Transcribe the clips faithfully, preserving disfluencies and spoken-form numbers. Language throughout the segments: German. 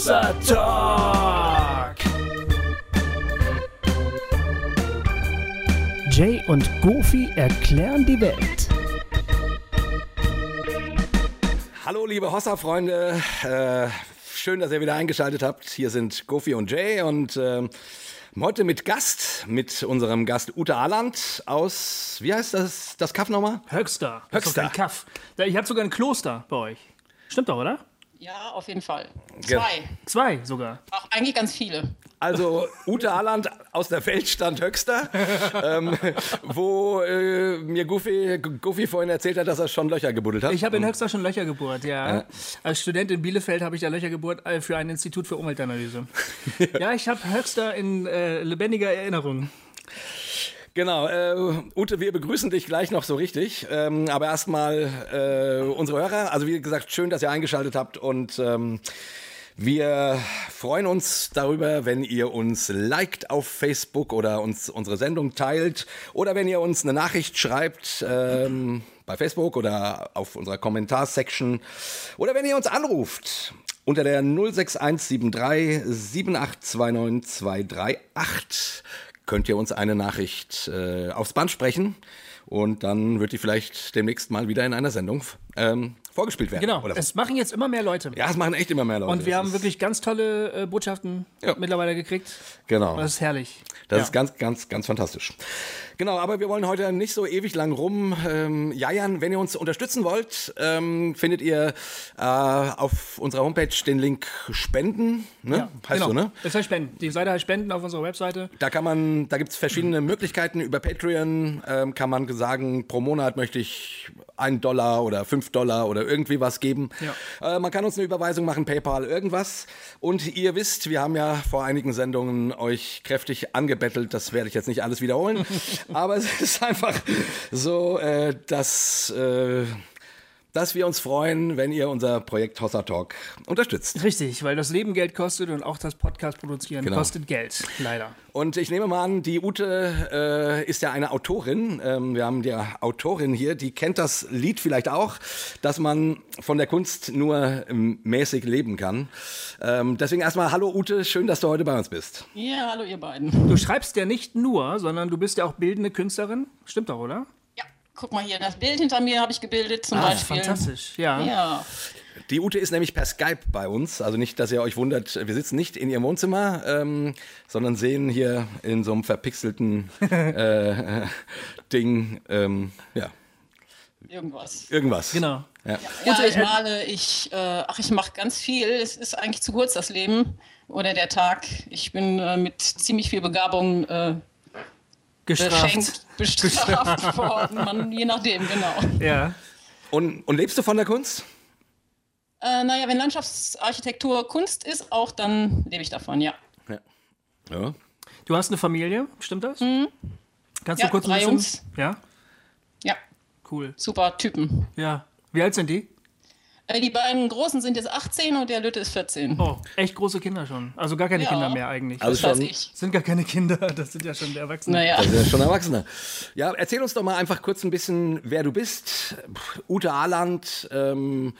Hossa Talk. Jay und Goofy erklären die Welt. Hallo liebe Hossa-Freunde, äh, schön, dass ihr wieder eingeschaltet habt. Hier sind Goofy und Jay und äh, heute mit Gast, mit unserem Gast Ute Aland aus, wie heißt das, das Kaff nochmal? Höxter. Das ist doch kein Kaff. Ihr habt sogar ein Kloster bei euch. Stimmt doch, oder? Ja, auf jeden Fall. Ge- Zwei. Zwei sogar. Auch eigentlich ganz viele. Also Ute Aland aus der Feldstadt Höxter, ähm, wo äh, mir Goofy, Goofy vorhin erzählt hat, dass er schon Löcher gebuddelt hat. Ich habe in Höxter schon Löcher gebohrt, ja. Ja. Als Student in Bielefeld habe ich da Löcher gebohrt äh, für ein Institut für Umweltanalyse. Ja, ich habe Höxter in äh, lebendiger Erinnerung. Genau, äh, Ute, wir begrüßen dich gleich noch so richtig, ähm, aber erstmal äh, unsere Hörer, also wie gesagt, schön, dass ihr eingeschaltet habt und ähm, wir freuen uns darüber, wenn ihr uns liked auf Facebook oder uns unsere Sendung teilt oder wenn ihr uns eine Nachricht schreibt ähm, bei Facebook oder auf unserer Kommentarsection oder wenn ihr uns anruft unter der null sechs eins sieben drei sieben acht zwei neun zwei drei acht. Könnt ihr uns eine Nachricht äh, aufs Band sprechen und dann wird die vielleicht demnächst mal wieder in einer Sendung ähm, vorgespielt werden. Genau, oder? es machen jetzt immer mehr Leute. Ja, es machen echt immer mehr Leute. Und wir Das haben ist, wirklich ganz tolle äh, Botschaften Ja. mittlerweile gekriegt. Genau. Das ist herrlich. Das Ja. ist ganz, ganz, ganz fantastisch. Genau, aber wir wollen heute nicht so ewig lang rum ähm, jajern. Wenn ihr uns unterstützen wollt, ähm, findet ihr äh, auf unserer Homepage den Link Spenden. Ne? Ja, heißt genau. so, ne? Das heißt Spenden. Die Seite heißt Spenden auf unserer Webseite. Da kann man, da gibt es verschiedene Möglichkeiten. Über Patreon ähm, kann man sagen, pro Monat möchte ich einen Dollar oder fünf Dollar oder irgendwie was geben. Ja. Äh, man kann uns eine Überweisung machen, PayPal, irgendwas. Und ihr wisst, wir haben ja vor einigen Sendungen euch kräftig angebettelt. Das werde ich jetzt nicht alles wiederholen. Aber es ist einfach so, äh, dass... Äh, dass wir uns freuen, wenn ihr unser Projekt Hossa Talk unterstützt. Richtig, weil das Leben Geld kostet und auch das Podcast produzieren Genau. kostet Geld, leider. Und ich nehme mal an, die Ute äh, ist ja eine Autorin. Ähm, wir haben die Autorin hier, die kennt das Lied vielleicht auch, dass man von der Kunst nur ähm, mäßig leben kann. Ähm, deswegen erstmal hallo Ute, schön, dass du heute bei uns bist. Ja, hallo ihr beiden. Du schreibst ja nicht nur, sondern du bist ja auch bildende Künstlerin. Stimmt doch, oder? Ja, guck mal hier, das Bild hinter mir habe ich gebildet zum Ah, Beispiel. fantastisch, ja. Ja, Die Ute ist nämlich per Skype bei uns, also nicht, dass ihr euch wundert, wir sitzen nicht in ihrem Wohnzimmer, ähm, sondern sehen hier in so einem verpixelten äh, Ding, ähm, ja, irgendwas. irgendwas. Genau. Ja. Ja, ich male, ich, äh, ach, ich mache ganz viel. Es ist eigentlich zu kurz, das Leben oder der Tag. Ich bin äh, mit ziemlich viel Begabung äh, Gestraft. beschenkt, bestraft worden. Man, je nachdem, genau. Ja. Und, und lebst du von der Kunst? Äh, naja, wenn Landschaftsarchitektur Kunst ist, auch dann lebe ich davon, ja. Ja. Ja. Du hast eine Familie, stimmt das? Mhm. Kannst Ja, du kurz ein drei bisschen? Jungs. Ja, Ja, cool. super Typen. Ja. Wie alt sind die? Äh, die beiden Großen sind jetzt achtzehn und der Lütte ist vierzehn. Oh, echt große Kinder schon. Also gar keine Ja. Kinder mehr eigentlich. Also Das weiß schon, ich. Sind gar keine Kinder, das sind ja schon Erwachsene. Naja. das sind ja schon Erwachsene. Ja, erzähl uns doch mal einfach kurz ein bisschen, wer du bist. Ute Aland, ähm,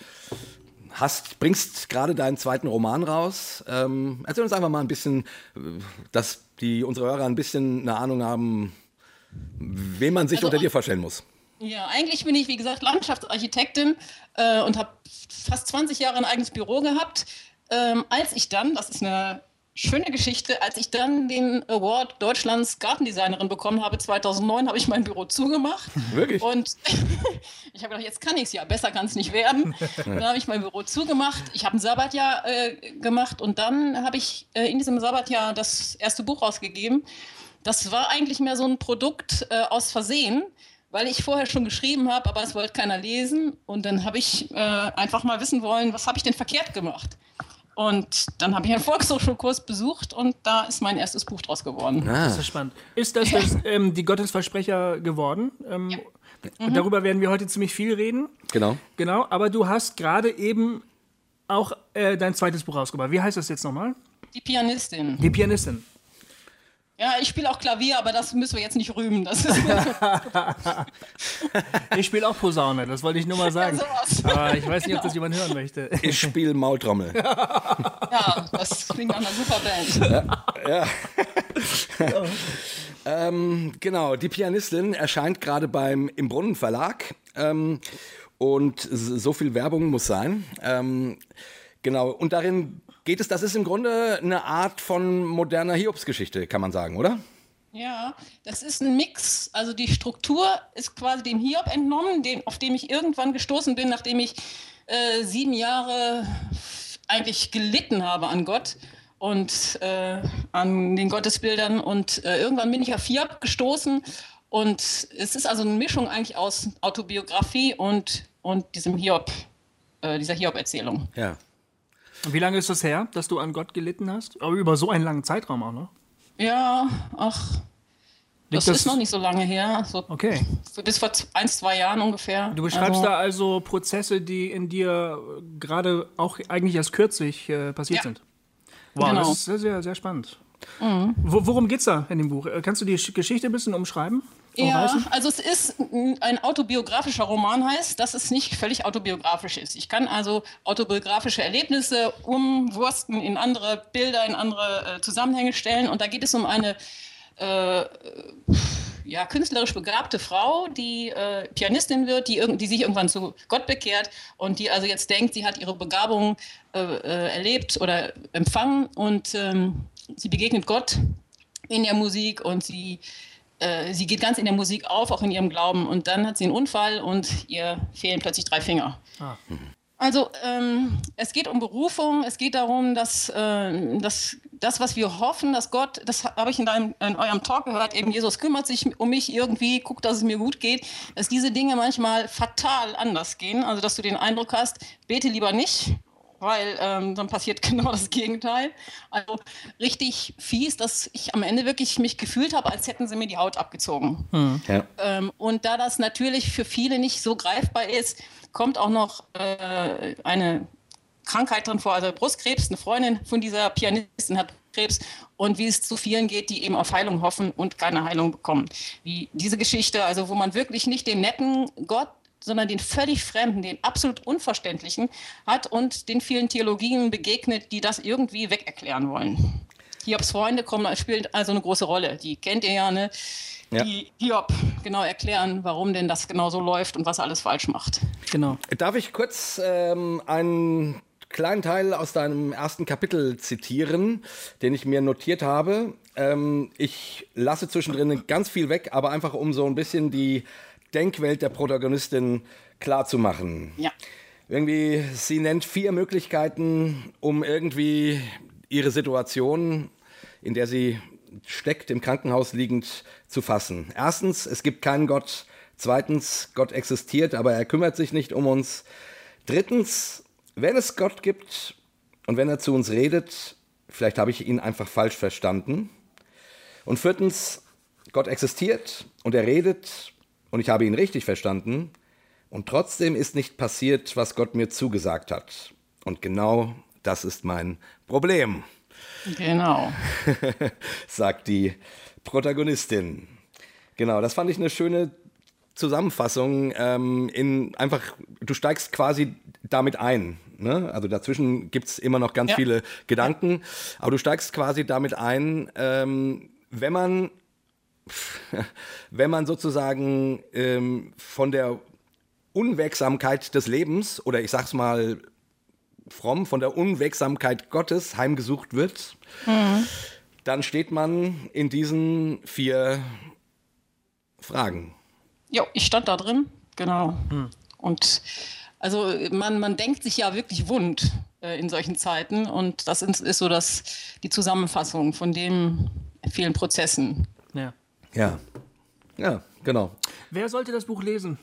hast, bringst gerade deinen zweiten Roman raus. Ähm, erzähl uns einfach mal ein bisschen, äh, dass die unsere Hörer ein bisschen eine Ahnung haben, wen man sich Also, unter dir vorstellen muss. Ja, eigentlich bin ich, wie gesagt, Landschaftsarchitektin äh, und habe fast zwanzig Jahre ein eigenes Büro gehabt. Ähm, als ich dann, das ist eine schöne Geschichte, als ich dann den Award Deutschlands Gartendesignerin bekommen habe, zweitausendneun, habe ich mein Büro zugemacht. Wirklich? Und ich habe gedacht, jetzt kann ich es ja, besser kann es nicht werden. Dann habe ich mein Büro zugemacht. Ich habe ein Sabbatjahr äh, gemacht und dann habe ich äh, in diesem Sabbatjahr das erste Buch rausgegeben. Das war eigentlich mehr so ein Produkt äh, aus Versehen, weil ich vorher schon geschrieben habe, aber es wollte keiner lesen. Und dann habe ich äh, einfach mal wissen wollen, was habe ich denn verkehrt gemacht? Und dann habe ich einen Volkshochschulkurs besucht und da ist mein erstes Buch draus geworden. Ah. Das ist spannend. Ist das, das ähm, die Gottesversprecher geworden? Ähm, Ja. Mhm. Darüber werden wir heute ziemlich viel reden. Genau. Genau, aber du hast gerade eben auch äh, dein zweites Buch rausgebracht. Wie heißt das jetzt nochmal? Die Pianistin. Die Pianistin. Ja, ich spiele auch Klavier, aber das müssen wir jetzt nicht rühmen. Das ist ich spiele auch Posaune, das wollte ich nur mal sagen. Ja, aber ich weiß nicht, genau. ob das jemand hören möchte. Ich spiele Maultrommel. Ja, das klingt nach einer super Band. Ja. ja. ähm, genau, die Pianistin erscheint gerade beim Im Brunnen Verlag. Ähm, und so viel Werbung muss sein. Ähm, genau, und darin geht es, das ist im Grunde eine Art von moderner Hiobsgeschichte, kann man sagen, oder? Ja, das ist ein Mix. Also die Struktur ist quasi dem Hiob entnommen, dem, auf dem ich irgendwann gestoßen bin, nachdem ich äh, sieben Jahre eigentlich gelitten habe an Gott und äh, an den Gottesbildern. Und äh, irgendwann bin ich auf Hiob gestoßen. Und es ist also eine Mischung eigentlich aus Autobiografie und, und diesem Hiob, äh, dieser Hiob-Erzählung. Ja. Und wie lange ist das her, dass du an Gott gelitten hast? Aber über so einen langen Zeitraum auch, ne? Ja, ach, das, das ist noch nicht so lange her. So okay. Bis vor ein, zwei Jahren ungefähr. Du beschreibst also, da also Prozesse, die in dir gerade auch eigentlich erst kürzlich äh, passiert ja. sind. Wow, Genau. das ist sehr, sehr, sehr spannend. Mhm. Wo, worum geht's da in dem Buch? Kannst du die Geschichte ein bisschen umschreiben? Ja, also es ist ein autobiografischer Roman, heißt, dass es nicht völlig autobiografisch ist. Ich kann also autobiografische Erlebnisse umwursten in andere Bilder, in andere äh, Zusammenhänge stellen. Und da geht es um eine äh, ja, künstlerisch begabte Frau, die äh, Pianistin wird, die, irg- die sich irgendwann zu Gott bekehrt und die also jetzt denkt, sie hat ihre Begabung äh, äh, erlebt oder empfangen und ähm, sie begegnet Gott in der Musik und sie Sie geht ganz in der Musik auf, auch in ihrem Glauben. Und dann hat sie einen Unfall und ihr fehlen plötzlich drei Finger. Ah. Also ähm, es geht um Berufung, es geht darum, dass, äh, dass das, was wir hoffen, dass Gott, das habe ich in, deinem, in eurem Talk gehört, eben Jesus kümmert sich um mich irgendwie, guckt, dass es mir gut geht, dass diese Dinge manchmal fatal anders gehen. Also dass du den Eindruck hast, bete lieber nicht, weil ähm, dann passiert genau das Gegenteil. Also richtig fies, dass ich am Ende wirklich mich gefühlt habe, als hätten sie mir die Haut abgezogen. Hm. Ja. Ähm, und da das natürlich für viele nicht so greifbar ist, kommt auch noch äh, eine Krankheit drin vor, also Brustkrebs. Eine Freundin von dieser Pianistin hat Krebs und wie es zu vielen geht, die eben auf Heilung hoffen und keine Heilung bekommen. Wie diese Geschichte, also wo man wirklich nicht den netten Gott, sondern den völlig Fremden, den absolut Unverständlichen hat und den vielen Theologien begegnet, die das irgendwie wegerklären wollen. Hiobs Freunde kommen, spielen also eine große Rolle. Die kennt ihr ja, ne? Ja. Die Hiob genau erklären, warum denn das genau so läuft und was er alles falsch macht. Genau. Darf ich kurz ähm, einen kleinen Teil aus deinem ersten Kapitel zitieren, den ich mir notiert habe? Ähm, ich lasse zwischendrin ganz viel weg, aber einfach um so ein bisschen die Denkwelt der Protagonistin klar zu machen. Ja. Irgendwie, sie nennt vier Möglichkeiten, um irgendwie ihre Situation, in der sie steckt, im Krankenhaus liegend, zu fassen. Erstens, es gibt keinen Gott. Zweitens, Gott existiert, aber er kümmert sich nicht um uns. Drittens, wenn es Gott gibt und wenn er zu uns redet, vielleicht habe ich ihn einfach falsch verstanden. Und viertens, Gott existiert und er redet und ich habe ihn richtig verstanden und trotzdem ist nicht passiert, was Gott mir zugesagt hat. Und genau das ist mein Problem. Genau. Sagt die Protagonistin. Genau, das fand ich eine schöne Zusammenfassung. Ähm, in einfach, du steigst quasi damit ein. Ne? Also dazwischen gibt es immer noch ganz ja. viele Gedanken, ja. aber du steigst quasi damit ein, ähm, wenn man wenn man sozusagen ähm, von der Unwegsamkeit des Lebens, oder ich sag's mal fromm, von der Unwegsamkeit Gottes heimgesucht wird, mhm. dann steht man in diesen vier Fragen. Ja, ich stand da drin, genau. Mhm. Und also man, man denkt sich ja wirklich wund äh, in solchen Zeiten und das ist, ist so das, die Zusammenfassung von den vielen Prozessen. Ja. Ja, ja, genau. Wer sollte das Buch lesen?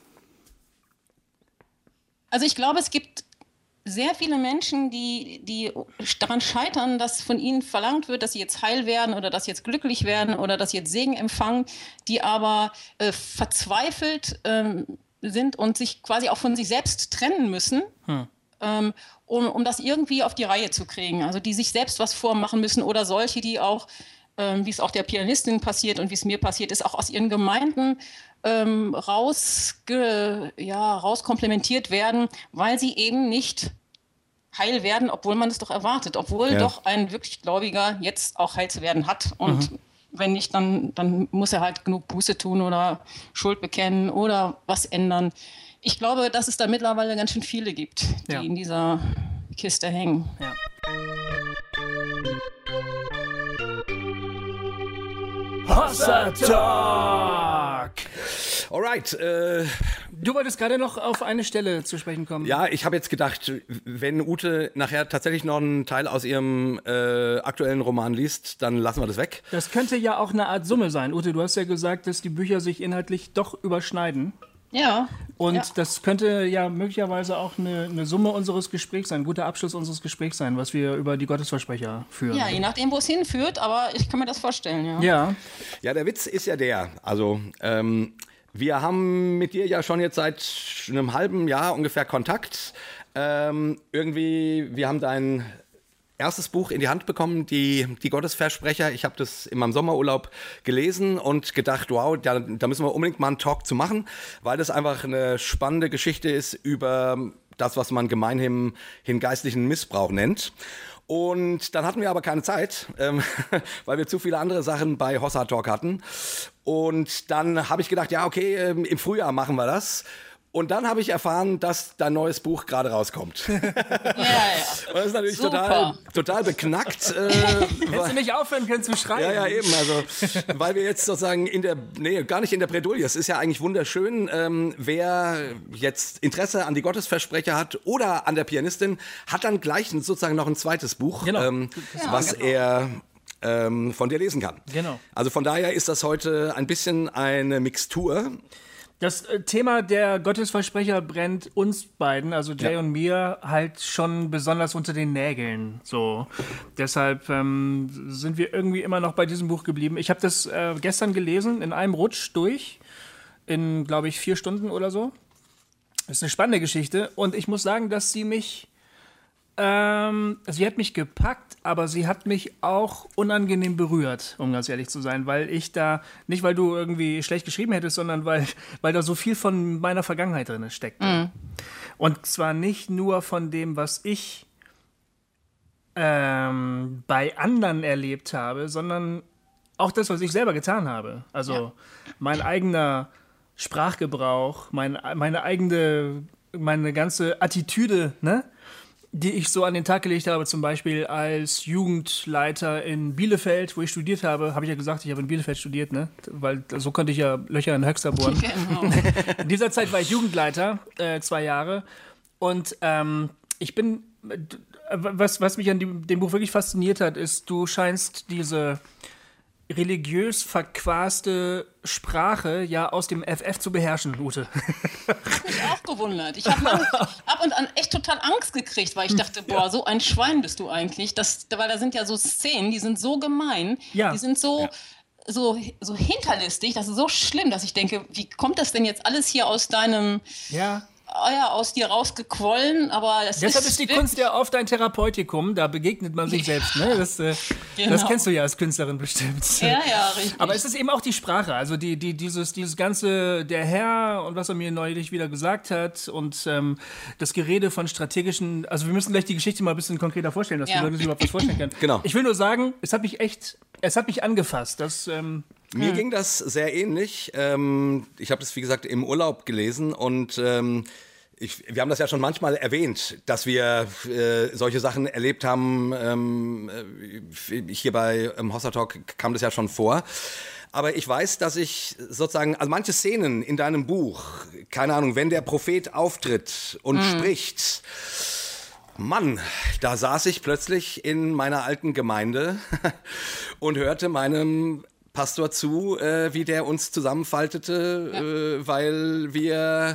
Also ich glaube, es gibt sehr viele Menschen, die, die daran scheitern, dass von ihnen verlangt wird, dass sie jetzt heil werden oder dass sie jetzt glücklich werden oder dass sie jetzt Segen empfangen, die aber äh, verzweifelt ähm, sind und sich quasi auch von sich selbst trennen müssen, hm. ähm, um, um das irgendwie auf die Reihe zu kriegen. Also die sich selbst was vormachen müssen oder solche, die auch ähm, wie es auch der Pianistin passiert und wie es mir passiert ist, auch aus ihren Gemeinden ähm, rausge, ja, rauskomplementiert werden, weil sie eben nicht heil werden, obwohl man es doch erwartet, obwohl Ja. doch ein wirklich Gläubiger jetzt auch heil zu werden hat. Und mhm. wenn nicht, dann, dann muss er halt genug Buße tun oder Schuld bekennen oder was ändern. Ich glaube, dass es da mittlerweile ganz schön viele gibt, die Ja. in dieser Kiste hängen. Ja. Hossa Talk! Alright, äh, Du wolltest gerade noch auf eine Stelle zu sprechen kommen. ja, ich habe jetzt gedacht, wenn Ute nachher tatsächlich noch einen Teil aus ihrem äh, aktuellen Roman liest, dann lassen wir das weg. Das könnte ja auch eine Art Summe sein. Ute, du hast ja gesagt, dass die Bücher sich inhaltlich doch überschneiden. Ja. Und ja. das könnte ja möglicherweise auch eine, eine Summe unseres Gesprächs sein, ein guter Abschluss unseres Gesprächs sein, was wir über die Gottesversprecher führen. Ja, je nachdem, wo es hinführt, aber ich kann mir das vorstellen, ja. Ja. Ja, der Witz ist ja der, also ähm, wir haben mit dir ja schon jetzt seit einem halben Jahr ungefähr Kontakt. Ähm, irgendwie, wir haben dein erstes Buch in die Hand bekommen, die, die Gottesversprecher. Ich habe das in meinem Sommerurlaub gelesen und gedacht, wow, da, da müssen wir unbedingt mal einen Talk zu machen, weil das einfach eine spannende Geschichte ist über das, was man gemeinhin hin geistlichen Missbrauch nennt. Und dann hatten wir aber keine Zeit, ähm, weil wir zu viele andere Sachen bei Hossa Talk hatten. Und dann habe ich gedacht, ja, okay, ähm, im Frühjahr machen wir das. Und dann habe ich erfahren, dass dein neues Buch gerade rauskommt. Ja, ja. Und das ist natürlich total, total beknackt. Äh, Hättest du nicht aufhören können zu schreiben? ja, ja, eben. Also, weil wir jetzt sozusagen in der, nee, gar nicht in der Bredouille. Es ist ja eigentlich wunderschön, ähm, wer jetzt Interesse an die Gottesversprecher hat oder an der Pianistin, hat dann gleich sozusagen noch ein zweites Buch, Genau. ähm, Ja, was genau. er ähm, von dir lesen kann. Genau. Also von daher ist das heute ein bisschen eine Mixtur. Das äh, Thema der Gottesversprecher brennt uns beiden, also Jay Ja. und mir, halt schon besonders unter den Nägeln. So. Deshalb ähm, sind wir irgendwie immer noch bei diesem Buch geblieben. Ich habe das äh, gestern gelesen, in einem Rutsch durch, in, glaube ich, vier Stunden oder so. Das ist eine spannende Geschichte und ich muss sagen, dass sie mich, ähm, sie hat mich gepackt, aber sie hat mich auch unangenehm berührt, um ganz ehrlich zu sein, weil ich da, nicht weil du irgendwie schlecht geschrieben hättest, sondern weil, weil da so viel von meiner Vergangenheit drin steckt. Mhm. Und zwar nicht nur von dem, was ich ähm, bei anderen erlebt habe, sondern auch das, was ich selber getan habe. Also ja. mein eigener Sprachgebrauch, mein, meine eigene, meine ganze Attitüde, ne? Die ich so an den Tag gelegt habe, zum Beispiel als Jugendleiter in Bielefeld, wo ich studiert habe, habe ich ja gesagt, ich habe in Bielefeld studiert, ne? Weil so konnte ich ja Löcher in Höxter bohren. Genau. In dieser Zeit war ich Jugendleiter, äh, zwei Jahre. Und ähm, ich bin, was, was mich an dem, dem Buch wirklich fasziniert hat, ist, du scheinst diese religiös verquaste Sprache ja aus dem F F zu beherrschen, Ute. Das hat mich auch gewundert. Ich habe ab und an echt total Angst gekriegt, weil ich dachte, boah, ja. so ein Schwein bist du eigentlich. Das, weil da sind ja so Szenen, die sind so gemein, ja. die sind so, ja. so, so hinterlistig, das ist so schlimm, dass ich denke, wie kommt das denn jetzt alles hier aus deinem... Ja. Oh ja, aus dir rausgequollen, aber das Deshalb ist, ist die Kunst ja oft ein Therapeutikum, da begegnet man sich selbst, ne? Das, äh, genau. das kennst du ja als Künstlerin bestimmt. Ja, ja, richtig. Aber es ist eben auch die Sprache, also die, die, dieses, dieses ganze, der Herr und was er mir neulich wieder gesagt hat und ähm, das Gerede von strategischen, also wir müssen gleich die Geschichte mal ein bisschen konkreter vorstellen, dass ja. die Leute sich überhaupt was vorstellen können. Genau. Ich will nur sagen, es hat mich echt, es hat mich angefasst, dass... Ähm, Mir hm. ging das sehr ähnlich. Ähm, ich habe das, wie gesagt, im Urlaub gelesen und ähm, Ich, wir haben das ja schon manchmal erwähnt, dass wir äh, solche Sachen erlebt haben. Ähm, äh, hier bei ähm, Hossa Talk kam das ja schon vor. Aber ich weiß, dass ich sozusagen, also manche Szenen in deinem Buch, keine Ahnung, wenn der Prophet auftritt und mhm. spricht, Mann, da saß ich plötzlich in meiner alten Gemeinde und hörte meinem Pastor zu, äh, wie der uns zusammenfaltete, ja. äh, weil wir...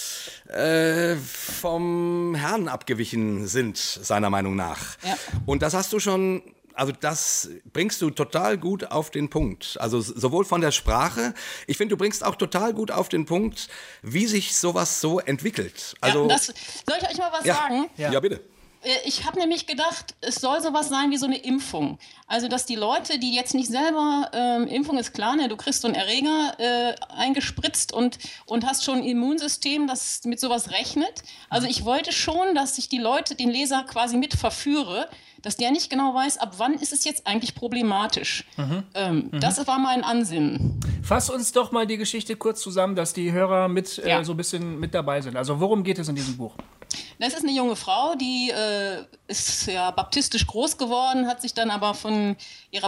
Äh, vom Herrn abgewichen sind, seiner Meinung nach. Ja. Und das hast du schon, also das bringst du total gut auf den Punkt. Also sowohl von der Sprache, ich finde, du bringst auch total gut auf den Punkt, wie sich sowas so entwickelt. Also, ja, das, soll ich euch mal was ja, sagen? Ja, ja bitte. Ich habe nämlich gedacht, es soll sowas sein wie so eine Impfung. Also, dass die Leute, die jetzt nicht selber, ähm, Impfung ist klar, ne, du kriegst so einen Erreger äh, eingespritzt und, und hast schon ein Immunsystem, das mit sowas rechnet. Also, ich wollte schon, dass ich die Leute, den Leser quasi mit verführe, dass der nicht genau weiß, ab wann ist es jetzt eigentlich problematisch. Mhm. Ähm, mhm. Das war mein Ansinnen. Fass uns doch mal die Geschichte kurz zusammen, dass die Hörer mit ja. äh, so ein bisschen mit dabei sind. Also, worum geht es in diesem Buch? Das ist eine junge Frau, die äh, ist ja baptistisch groß geworden, hat sich dann aber von ihrer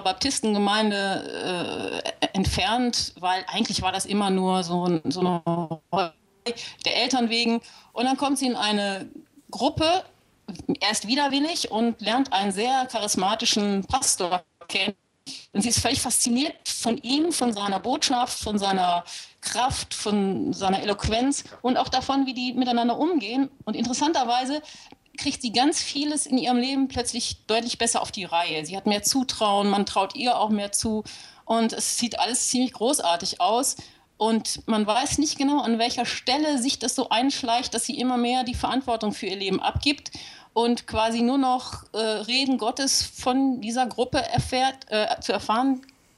Baptistengemeinde äh, entfernt, weil eigentlich war das immer nur so, so eine Rolle der Eltern wegen. Und dann kommt sie in eine Gruppe, erst widerwillig, und lernt einen sehr charismatischen Pastor kennen. Und sie ist völlig fasziniert von ihm, von seiner Botschaft, von seiner Kraft, von seiner Eloquenz und auch davon, wie die miteinander umgehen. Und interessanterweise kriegt sie ganz vieles in ihrem Leben plötzlich deutlich besser auf die Reihe. Sie hat mehr Zutrauen, man traut ihr auch mehr zu. Und es sieht alles ziemlich großartig aus. Und man weiß nicht genau, an welcher Stelle sich das so einschleicht, dass sie immer mehr die Verantwortung für ihr Leben abgibt und quasi nur noch äh, Reden Gottes von dieser Gruppe erfährt, äh, zu erfahren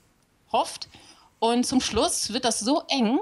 hofft. Und zum Schluss wird das so eng,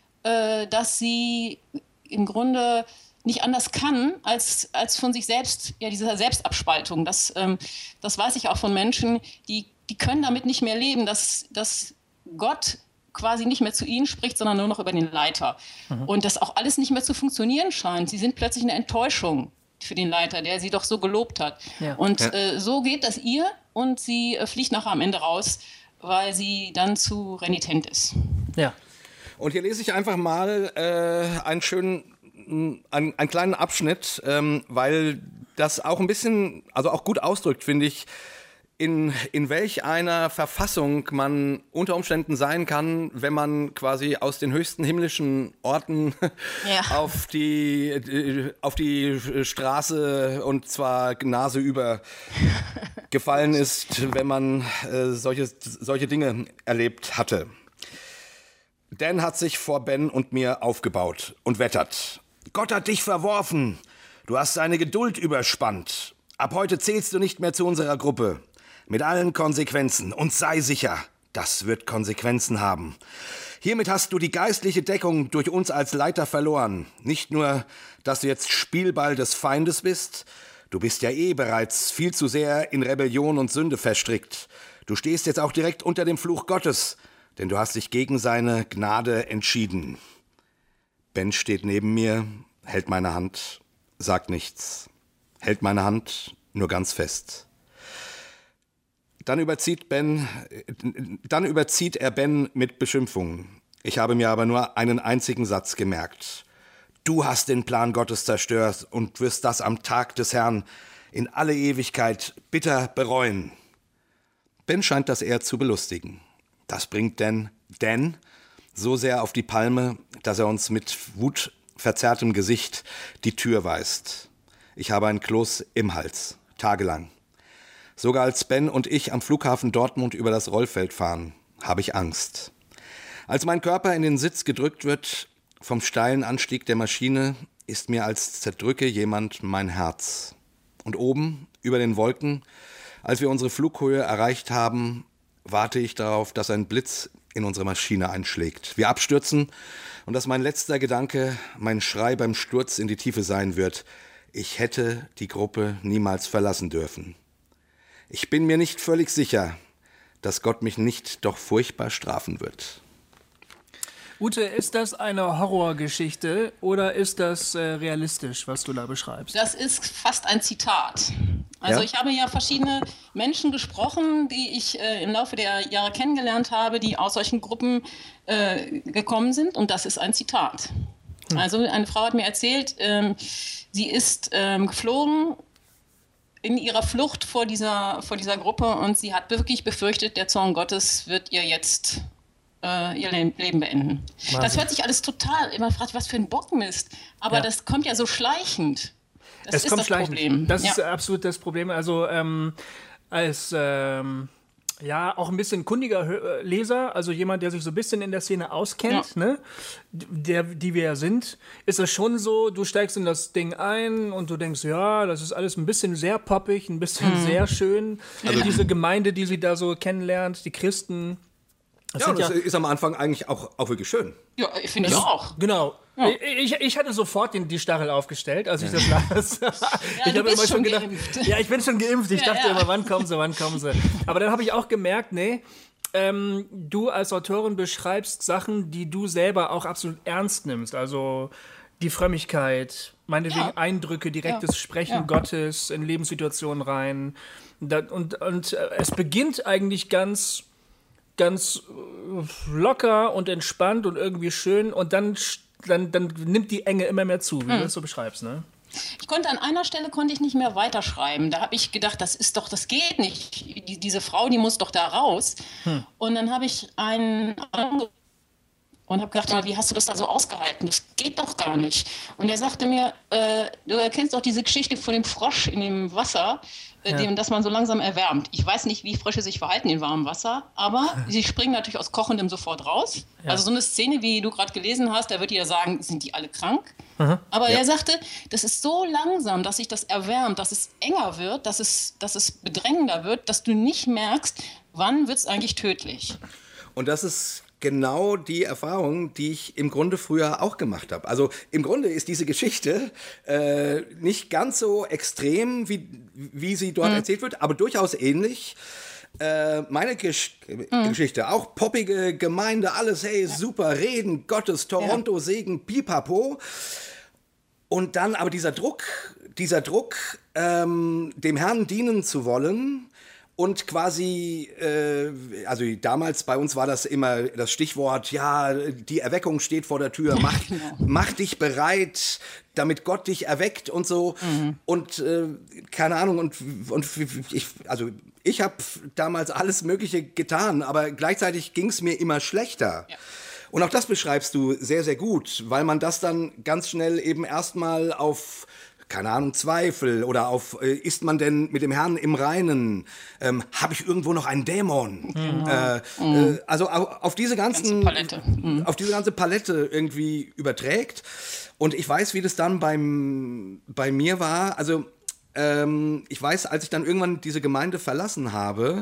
äh, dass sie im Grunde nicht anders kann, als, als von sich selbst, ja, diese Selbstabspaltung. Das, ähm, das weiß ich auch von Menschen, die, die können damit nicht mehr leben, dass, dass Gott quasi nicht mehr zu ihnen spricht, sondern nur noch über den Leiter. Mhm. Und dass auch alles nicht mehr zu funktionieren scheint. Sie sind plötzlich eine Enttäuschung für den Leiter, der sie doch so gelobt hat. Ja. Und ja. äh, so geht das ihr und sie äh, fliegt nachher am Ende raus, weil sie dann zu renitent ist. Ja. Und hier lese ich einfach mal äh, einen schönen, einen, einen kleinen Abschnitt, ähm, weil das auch ein bisschen, also auch gut ausdrückt, finde ich, in, in welch einer Verfassung man unter Umständen sein kann, wenn man quasi aus den höchsten himmlischen Orten ja. auf, die, auf die Straße, und zwar Nase über, gefallen ist, wenn man äh, solche, solche Dinge erlebt hatte. Dan hat sich vor Ben und mir aufgebaut und wettert. Gott hat dich verworfen. Du hast seine Geduld überspannt. Ab heute zählst du nicht mehr zu unserer Gruppe. Mit allen Konsequenzen. Und sei sicher, das wird Konsequenzen haben. Hiermit hast du die geistliche Deckung durch uns als Leiter verloren. Nicht nur, dass du jetzt Spielball des Feindes bist, du bist ja eh bereits viel zu sehr in Rebellion und Sünde verstrickt. Du stehst jetzt auch direkt unter dem Fluch Gottes, denn du hast dich gegen seine Gnade entschieden. Ben steht neben mir, hält meine Hand, sagt nichts, hält meine Hand nur ganz fest. Dann überzieht Ben, dann überzieht er Ben mit Beschimpfungen. Ich habe mir aber nur einen einzigen Satz gemerkt. Du hast den Plan Gottes zerstört und wirst das am Tag des Herrn in alle Ewigkeit bitter bereuen. Ben scheint das eher zu belustigen. Das bringt Dan, Dan so sehr auf die Palme, dass er uns mit wutverzerrtem Gesicht die Tür weist. Ich habe ein Kloß im Hals, tagelang. Sogar als Ben und ich am Flughafen Dortmund über das Rollfeld fahren, habe ich Angst. Als mein Körper in den Sitz gedrückt wird, vom steilen Anstieg der Maschine, ist mir, als zerdrücke jemand mein Herz. Und oben, über den Wolken, als wir unsere Flughöhe erreicht haben, warte ich darauf, dass ein Blitz in unsere Maschine einschlägt. Wir abstürzen und dass mein letzter Gedanke, mein Schrei beim Sturz in die Tiefe sein wird. Ich hätte die Gruppe niemals verlassen dürfen. Ich bin mir nicht völlig sicher, dass Gott mich nicht doch furchtbar strafen wird. Ute, ist das eine Horrorgeschichte oder ist das äh, realistisch, was du da beschreibst? Das ist fast ein Zitat. Also ja? Ich habe ja verschiedene Menschen gesprochen, die ich äh, im Laufe der Jahre kennengelernt habe, die aus solchen Gruppen äh, gekommen sind, und das ist ein Zitat. Hm. Also eine Frau hat mir erzählt, ähm, sie ist ähm, geflogen in ihrer Flucht vor dieser, vor dieser Gruppe, und sie hat wirklich befürchtet, der Zorn Gottes wird ihr jetzt äh, ihr Le- Leben beenden. Wahnsinn. Das hört sich alles total, immer fragt, was für ein Bockmist, aber ja. Das kommt ja so schleichend. Das es ist kommt das schleichend. Problem. Das ja. ist absolut das Problem. Also ähm, als ähm, Ja, auch ein bisschen kundiger Hö- Leser, also jemand, der sich so ein bisschen in der Szene auskennt, Ja. ne? Der, die wir ja sind, ist es schon so, du steigst in das Ding ein und du denkst, ja, das ist alles ein bisschen sehr poppig, ein bisschen Mhm. sehr schön. Also diese Gemeinde, die sie da so kennenlernt, die Christen. Das Ja, sind und das ist am Anfang eigentlich auch, auch wirklich schön. Ja, finde ich auch. Genau. Ich, ich hatte sofort den, die Stachel aufgestellt, als ich das las. ich du habe bist immer schon schon gedacht, geimpft. ja, ich bin schon geimpft. Ich Ja, dachte ja. immer, wann kommen sie, wann kommen sie. Aber dann habe ich auch gemerkt, nee, ähm, du als Autorin beschreibst Sachen, die du selber auch absolut ernst nimmst. Also die Frömmigkeit, meinetwegen Ja. Eindrücke, direktes Ja. Sprechen Ja. Gottes in Lebenssituationen rein. Da, und, und äh, es beginnt eigentlich ganz ganz äh, locker und entspannt und irgendwie schön und dann, sch- dann, dann nimmt die Enge immer mehr zu, wie du das so beschreibst, ne? Ich konnte an einer Stelle konnte ich nicht mehr weiterschreiben. Da habe ich gedacht, das ist doch, das geht nicht. Die, diese Frau, die muss doch da raus. Und dann habe ich einen ange- und habe gedacht, wie hast du das da so ausgehalten? Das geht doch gar nicht. Und er sagte mir, äh, du kennst doch diese Geschichte von dem Frosch in dem Wasser, äh, Ja. dem, dass man so langsam erwärmt. Ich weiß nicht, wie Frösche sich verhalten in warmem Wasser, aber sie springen natürlich aus Kochendem sofort raus. Ja. Also so eine Szene, wie du gerade gelesen hast, da wird jeder sagen, sind die alle krank? Aber er sagte, das ist so langsam, dass sich das erwärmt, dass es enger wird, dass es, dass es bedrängender wird, dass du nicht merkst, wann wird es eigentlich tödlich. Und das ist genau die Erfahrung, die ich im Grunde früher auch gemacht habe. Also im Grunde ist diese Geschichte äh, nicht ganz so extrem, wie, wie sie dort erzählt wird, aber durchaus ähnlich. Äh, meine Gesch Geschichte, auch poppige Gemeinde, alles, hey, super, Reden, Gottes, Toronto, Segen, Pipapo. Und dann aber dieser Druck, dieser Druck, ähm, dem Herrn dienen zu wollen und quasi, äh, also damals bei uns war das immer das Stichwort, ja, die Erweckung steht vor der Tür, mach, mach dich bereit, damit Gott dich erweckt und so. Und äh, keine Ahnung, und, und ich, also ich habe damals alles Mögliche getan, aber gleichzeitig ging es mir immer schlechter. Ja. Und auch das beschreibst du sehr, sehr gut, weil man das dann ganz schnell eben erstmal auf, keine Ahnung, Zweifel oder auf, äh, ist man denn mit dem Herrn im Reinen? Ähm, Habe ich irgendwo noch einen Dämon? Äh, äh, also auf, auf diese ganzen, Ganze Palette. Mhm. auf diese ganze Palette irgendwie überträgt. Und ich weiß, wie das dann beim, bei mir war. Also ähm, ich weiß, als ich dann irgendwann diese Gemeinde verlassen habe,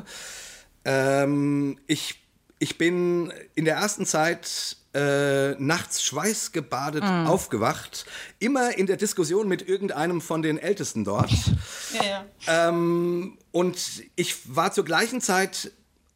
ähm, ich Ich bin in der ersten Zeit äh, nachts schweißgebadet aufgewacht, immer in der Diskussion mit irgendeinem von den Ältesten dort. Ja, ja. Ähm, und ich war zur gleichen Zeit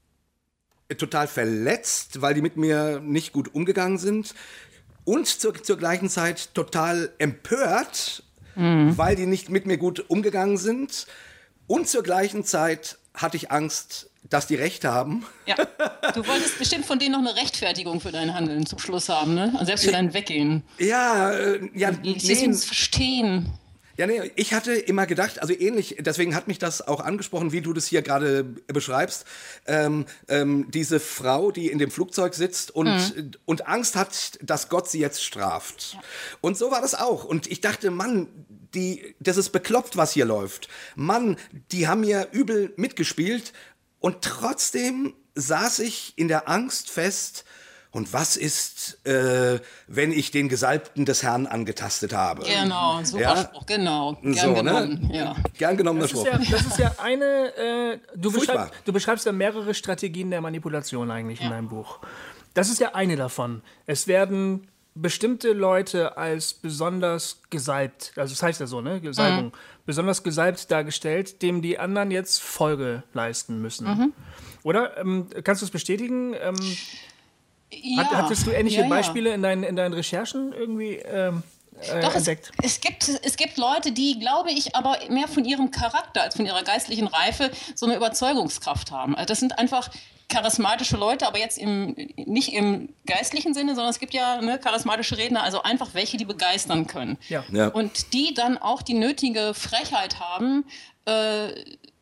total verletzt, weil die mit mir nicht gut umgegangen sind. Und zur, zur gleichen Zeit total empört, weil die nicht mit mir gut umgegangen sind. Und zur gleichen Zeit hatte ich Angst, dass die Recht haben. Ja, du wolltest bestimmt von denen noch eine Rechtfertigung für dein Handeln zum Schluss haben, ne? Und selbst für dein Weggehen. Ja, äh, ja, Ich nee, will es verstehen. ja, nee, ich hatte immer gedacht, also ähnlich, deswegen hat mich das auch angesprochen, wie du das hier gerade beschreibst, ähm, ähm, diese Frau, die in dem Flugzeug sitzt und, Mhm. und Angst hat, dass Gott sie jetzt straft. Und so war das auch. Und ich dachte, Mann, die, das ist bekloppt, was hier läuft. Mann, die haben mir übel mitgespielt und trotzdem saß ich in der Angst fest. Und was ist, äh, wenn ich den Gesalbten des Herrn angetastet habe? Genau, super Ja? Spruch, genau. Gern So, genommen, ne? ja. Gern genommener Das ist, Spruch. ja, das ist ja eine, äh, du, Furchtbar. beschreib, du beschreibst ja mehrere Strategien der Manipulation eigentlich in deinem Buch. Das ist ja eine davon. Es werden bestimmte Leute als besonders gesalbt, also das heißt ja so, ne, Salbung, Mhm. besonders gesalbt dargestellt, dem die anderen jetzt Folge leisten müssen. Mhm. Oder? Ähm, kannst du es bestätigen? Ähm, Ja. hat, hattest du ähnliche ja, ja. Beispiele in deinen, in deinen Recherchen irgendwie ähm, äh, Doch, es, entdeckt? es, gibt, es gibt Leute, die, glaube ich, aber mehr von ihrem Charakter als von ihrer geistlichen Reife so eine Überzeugungskraft haben. Also das sind einfach charismatische Leute, aber jetzt im, nicht im geistlichen Sinne, sondern es gibt ja ne, charismatische Redner, also einfach welche, die begeistern können. Ja. Ja. Und die dann auch die nötige Frechheit haben, äh,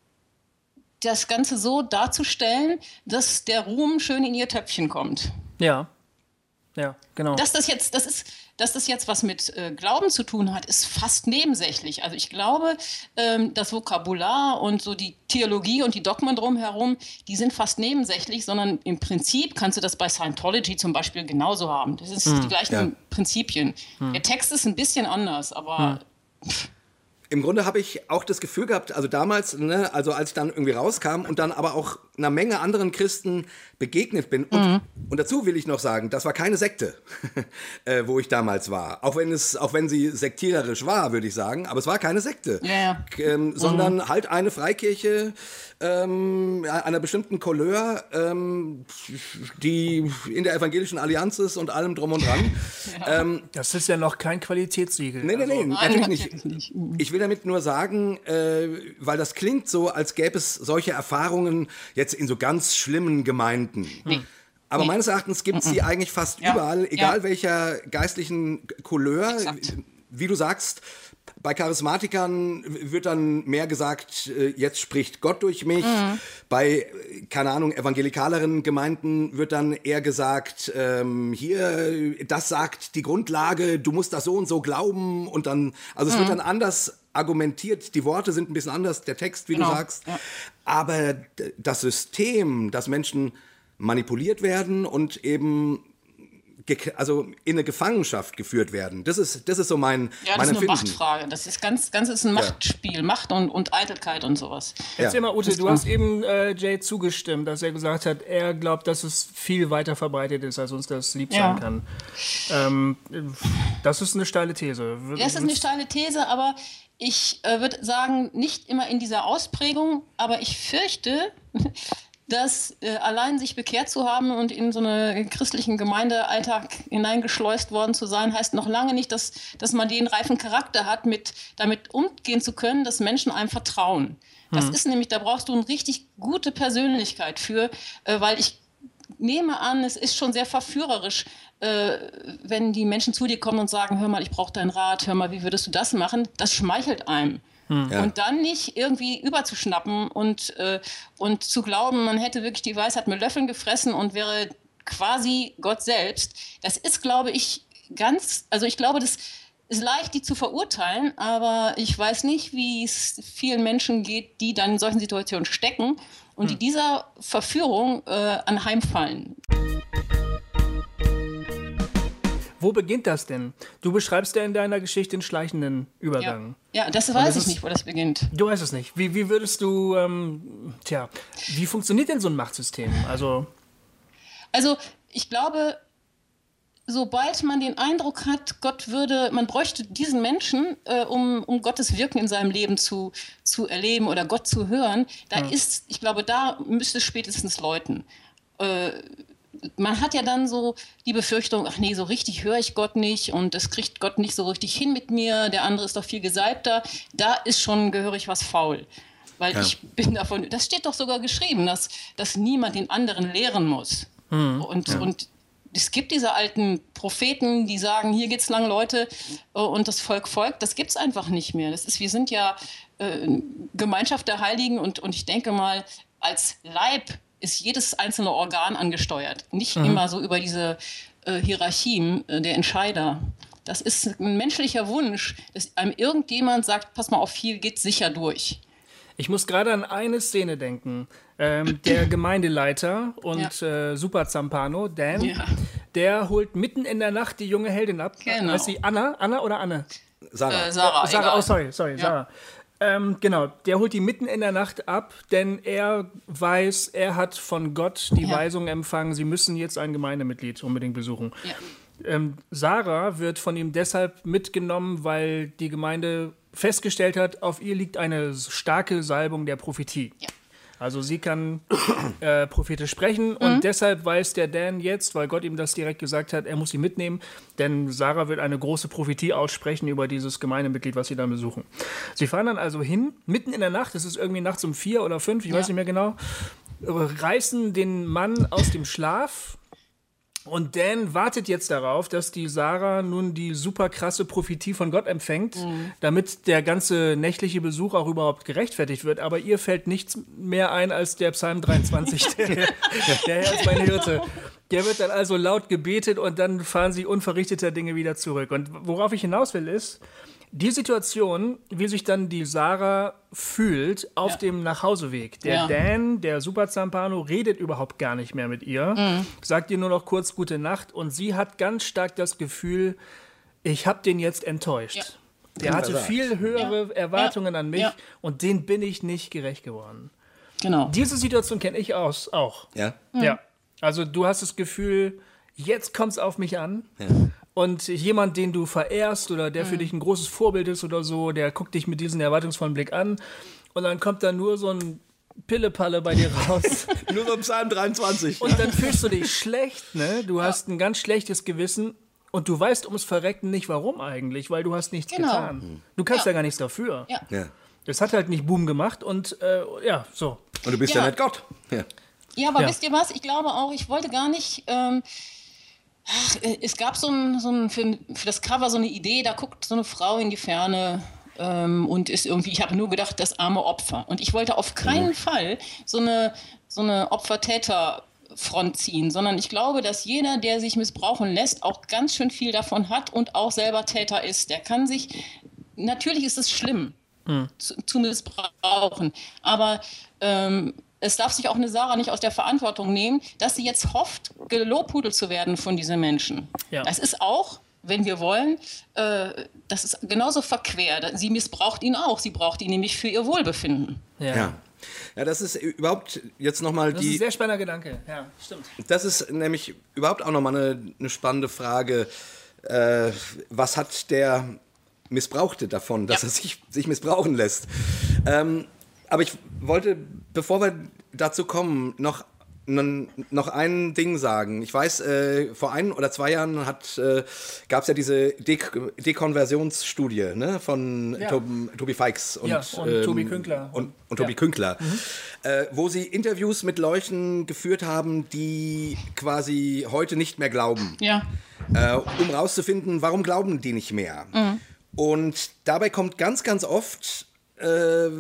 das Ganze so darzustellen, dass der Ruhm schön in ihr Töpfchen kommt. Ja. Ja, genau. Dass das jetzt, das ist, dass das jetzt was mit äh, Glauben zu tun hat, ist fast nebensächlich. Also ich glaube, ähm, das Vokabular und so die Theologie und die Dogmen drumherum, die sind fast nebensächlich, sondern im Prinzip kannst du das bei Scientology zum Beispiel genauso haben. Das ist hm, die gleichen ja. Prinzipien. Hm. Der Text ist ein bisschen anders, aber... Hm. Im Grunde habe ich auch das Gefühl gehabt, also damals, ne, also als ich dann irgendwie rauskam und dann aber auch einer Menge anderen Christen begegnet bin. Und, mhm. und dazu will ich noch sagen, das war keine Sekte, äh, wo ich damals war. Auch wenn es, auch wenn sie sektiererisch war, würde ich sagen, aber es war keine Sekte, ja. ähm, sondern mhm. halt eine Freikirche ähm, einer bestimmten Couleur, ähm, die in der evangelischen Allianz ist und allem drum und dran. ja. ähm, das ist ja noch kein Qualitätssiegel. Nee, nee, nee, also, natürlich nicht. nicht. Ich will damit nur sagen, äh, weil das klingt so, als gäbe es solche Erfahrungen jetzt in so ganz schlimmen Gemeinden. Nee. Aber nee. meines Erachtens gibt es die eigentlich fast ja. überall, egal ja. welcher geistlichen Couleur. Exakt. Wie du sagst, bei Charismatikern wird dann mehr gesagt, jetzt spricht Gott durch mich. Mhm. Bei, keine Ahnung, evangelikaleren Gemeinden wird dann eher gesagt, ähm, hier, das sagt die Grundlage, du musst das so und so glauben. Und dann, also es mhm. wird dann anders argumentiert, die Worte sind ein bisschen anders, der Text, wie genau. du sagst. Ja. Aber das System, dass Menschen manipuliert werden und eben also in eine Gefangenschaft geführt werden. Das ist, das ist so mein Ja, das mein ist eine Machtfrage. Das ist ganz, ganz ist ein Machtspiel. Ja. Macht und, und Eitelkeit und sowas. Erzähl ja. mal, Ute, du hast eben äh, Jay zugestimmt, dass er gesagt hat, er glaubt, dass es viel weiter verbreitet ist, als uns das lieb ja. sein kann. Ähm, das ist eine steile These. Ja, das ist eine steile These, aber ich äh, würde sagen, nicht immer in dieser Ausprägung, aber ich fürchte, dass äh, allein sich bekehrt zu haben und in so einen christlichen Gemeindealltag hineingeschleust worden zu sein, heißt noch lange nicht, dass, dass man den reifen Charakter hat, mit, damit umgehen zu können, dass Menschen einem vertrauen. Das hm. ist nämlich, da brauchst du eine richtig gute Persönlichkeit für, äh, weil ich nehme an, es ist schon sehr verführerisch, äh, wenn die Menschen zu dir kommen und sagen, hör mal, ich brauche deinen Rat, hör mal, wie würdest du das machen? Das schmeichelt einem. Ja. Und dann nicht irgendwie überzuschnappen und, äh, und zu glauben, man hätte wirklich die Weisheit mit Löffeln gefressen und wäre quasi Gott selbst. Das ist, glaube ich, ganz, also ich glaube, das ist leicht, die zu verurteilen, aber ich weiß nicht, wie es vielen Menschen geht, die dann in solchen Situationen stecken und hm. die dieser Verführung äh, anheimfallen. Wo beginnt das denn? Du beschreibst ja in deiner Geschichte den schleichenden Übergang. Ja, ja das weiß das ich ist, nicht, wo das beginnt. Du weißt es nicht. Wie, wie würdest du, ähm, tja, wie funktioniert denn so ein Machtsystem? Also, also ich glaube, sobald man den Eindruck hat, Gott würde, man bräuchte diesen Menschen, äh, um, um Gottes Wirken in seinem Leben zu, zu erleben oder Gott zu hören, da hm. ist, ich glaube, da müsste es spätestens läuten. Äh, Man hat ja dann so die Befürchtung, ach nee, so richtig höre ich Gott nicht und das kriegt Gott nicht so richtig hin mit mir, der andere ist doch viel gesalbter. Da ist schon gehörig was faul. Weil ja. ich bin davon, das steht doch sogar geschrieben, dass, dass niemand den anderen lehren muss. Mhm. Und, ja. und es gibt diese alten Propheten, die sagen, hier geht's lang, Leute, und das Volk folgt. Das gibt's einfach nicht mehr. Das ist, wir sind ja äh, Gemeinschaft der Heiligen und, und ich denke mal, als Leib ist jedes einzelne Organ angesteuert. Nicht mhm. immer so über diese äh, Hierarchien äh, der Entscheider. Das ist ein menschlicher Wunsch, dass einem irgendjemand sagt, pass mal auf, hier geht's sicher durch. Ich muss gerade an eine Szene denken. Ähm, der Gemeindeleiter und ja. äh, Super Zampano, Dan, ja. der holt mitten in der Nacht die junge Heldin ab. Genau. Heißt sie Anna? Anna oder Anne? Sarah. Äh, Sarah, Sarah, oh sorry, sorry, ja. Sarah. Ähm, genau, der holt die mitten in der Nacht ab, denn er weiß, er hat von Gott die ja. Weisung empfangen, sie müssen jetzt ein Gemeindemitglied unbedingt besuchen. Ja. Ähm, Sarah wird von ihm deshalb mitgenommen, weil die Gemeinde festgestellt hat, auf ihr liegt eine starke Salbung der Prophetie. Ja. Also sie kann äh, prophetisch sprechen und mhm. deshalb weiß der Dan jetzt, weil Gott ihm das direkt gesagt hat, er muss sie mitnehmen, denn Sarah wird eine große Prophetie aussprechen über dieses Gemeindemitglied, was sie dann besuchen. Sie fahren dann also hin, mitten in der Nacht, es ist irgendwie nachts um vier oder fünf, ich ja. weiß nicht mehr genau, reißen den Mann aus dem Schlaf. Und Dan wartet jetzt darauf, dass die Sarah nun die super krasse Prophetie von Gott empfängt, mhm. damit der ganze nächtliche Besuch auch überhaupt gerechtfertigt wird. Aber ihr fällt nichts mehr ein als der Psalm dreiundzwanzig, der, der Herr ist mein Hirte. Der wird dann also laut gebetet und dann fahren sie unverrichteter Dinge wieder zurück. Und worauf ich hinaus will, ist, die Situation, wie sich dann die Sarah fühlt auf ja. dem Nachhauseweg. Der ja. Dan, der Super Zampano, redet überhaupt gar nicht mehr mit ihr, mhm. sagt ihr nur noch kurz Gute Nacht und sie hat ganz stark das Gefühl, ich habe den jetzt enttäuscht. Ja. Der hatte viel höhere ja. Erwartungen ja. an mich ja. und den bin ich nicht gerecht geworden. Genau. Diese Situation kenne ich aus, auch. Ja? Mhm. Ja. Also du hast das Gefühl, jetzt kommt es auf mich an. Ja. Und jemand, den du verehrst oder der für dich ein großes Vorbild ist oder so, der guckt dich mit diesem erwartungsvollen Blick an und dann kommt da nur so ein Pillepalle bei dir raus. Nur so im Psalm dreiundzwanzig. Und dann fühlst du dich schlecht, ne? Du hast ein ganz schlechtes Gewissen und du weißt ums Verrecken nicht, warum eigentlich, weil du hast nichts genau. getan. Du kannst ja. da gar nichts dafür. Ja. Ja. Das hat halt nicht Boom gemacht und äh, ja, so. Und du bist ja, ja nicht Gott. Ja. Ja, aber Ja. wisst ihr was? Ich glaube auch, ich wollte gar nicht. Ähm, ach, es gab so ein, so ein für, für das Cover so eine Idee, da guckt so eine Frau in die Ferne ähm, und ist irgendwie, ich habe nur gedacht, das arme Opfer. Und ich wollte auf keinen mhm. Fall so eine, so eine Opfer-Täter-Front ziehen, sondern ich glaube, dass jeder, der sich missbrauchen lässt, auch ganz schön viel davon hat und auch selber Täter ist. Der kann sich, natürlich ist es schlimm, mhm. zu, zu missbrauchen, aber ähm, es darf sich auch eine Sarah nicht aus der Verantwortung nehmen, dass sie jetzt hofft, gelobhudelt zu werden von diesen Menschen. Ja. Das ist auch, wenn wir wollen, äh, das ist genauso verquer. Sie missbraucht ihn auch. Sie braucht ihn nämlich für ihr Wohlbefinden. Ja. Ja. Ja, das ist überhaupt jetzt nochmal die... Das ist ein sehr spannender Gedanke, ja, stimmt. Das ist nämlich überhaupt auch nochmal eine, eine spannende Frage. Äh, was hat der Missbrauchte davon, dass ja. er sich, sich missbrauchen lässt? Ähm, aber ich wollte, bevor wir dazu kommen, noch, noch ein Ding sagen. Ich weiß, äh, vor ein oder zwei Jahren äh, gab es ja diese De- Dekonversionsstudie ne, von ja. Tob, Tobi Feix und, ja, und ähm, Tobi Künkler. Und, und Tobi ja. Künkler, mhm. äh, wo sie Interviews mit Leuten geführt haben, die quasi heute nicht mehr glauben. Ja. Äh, um rauszufinden, warum glauben die nicht mehr. Mhm. Und dabei kommt ganz, ganz oft... Äh,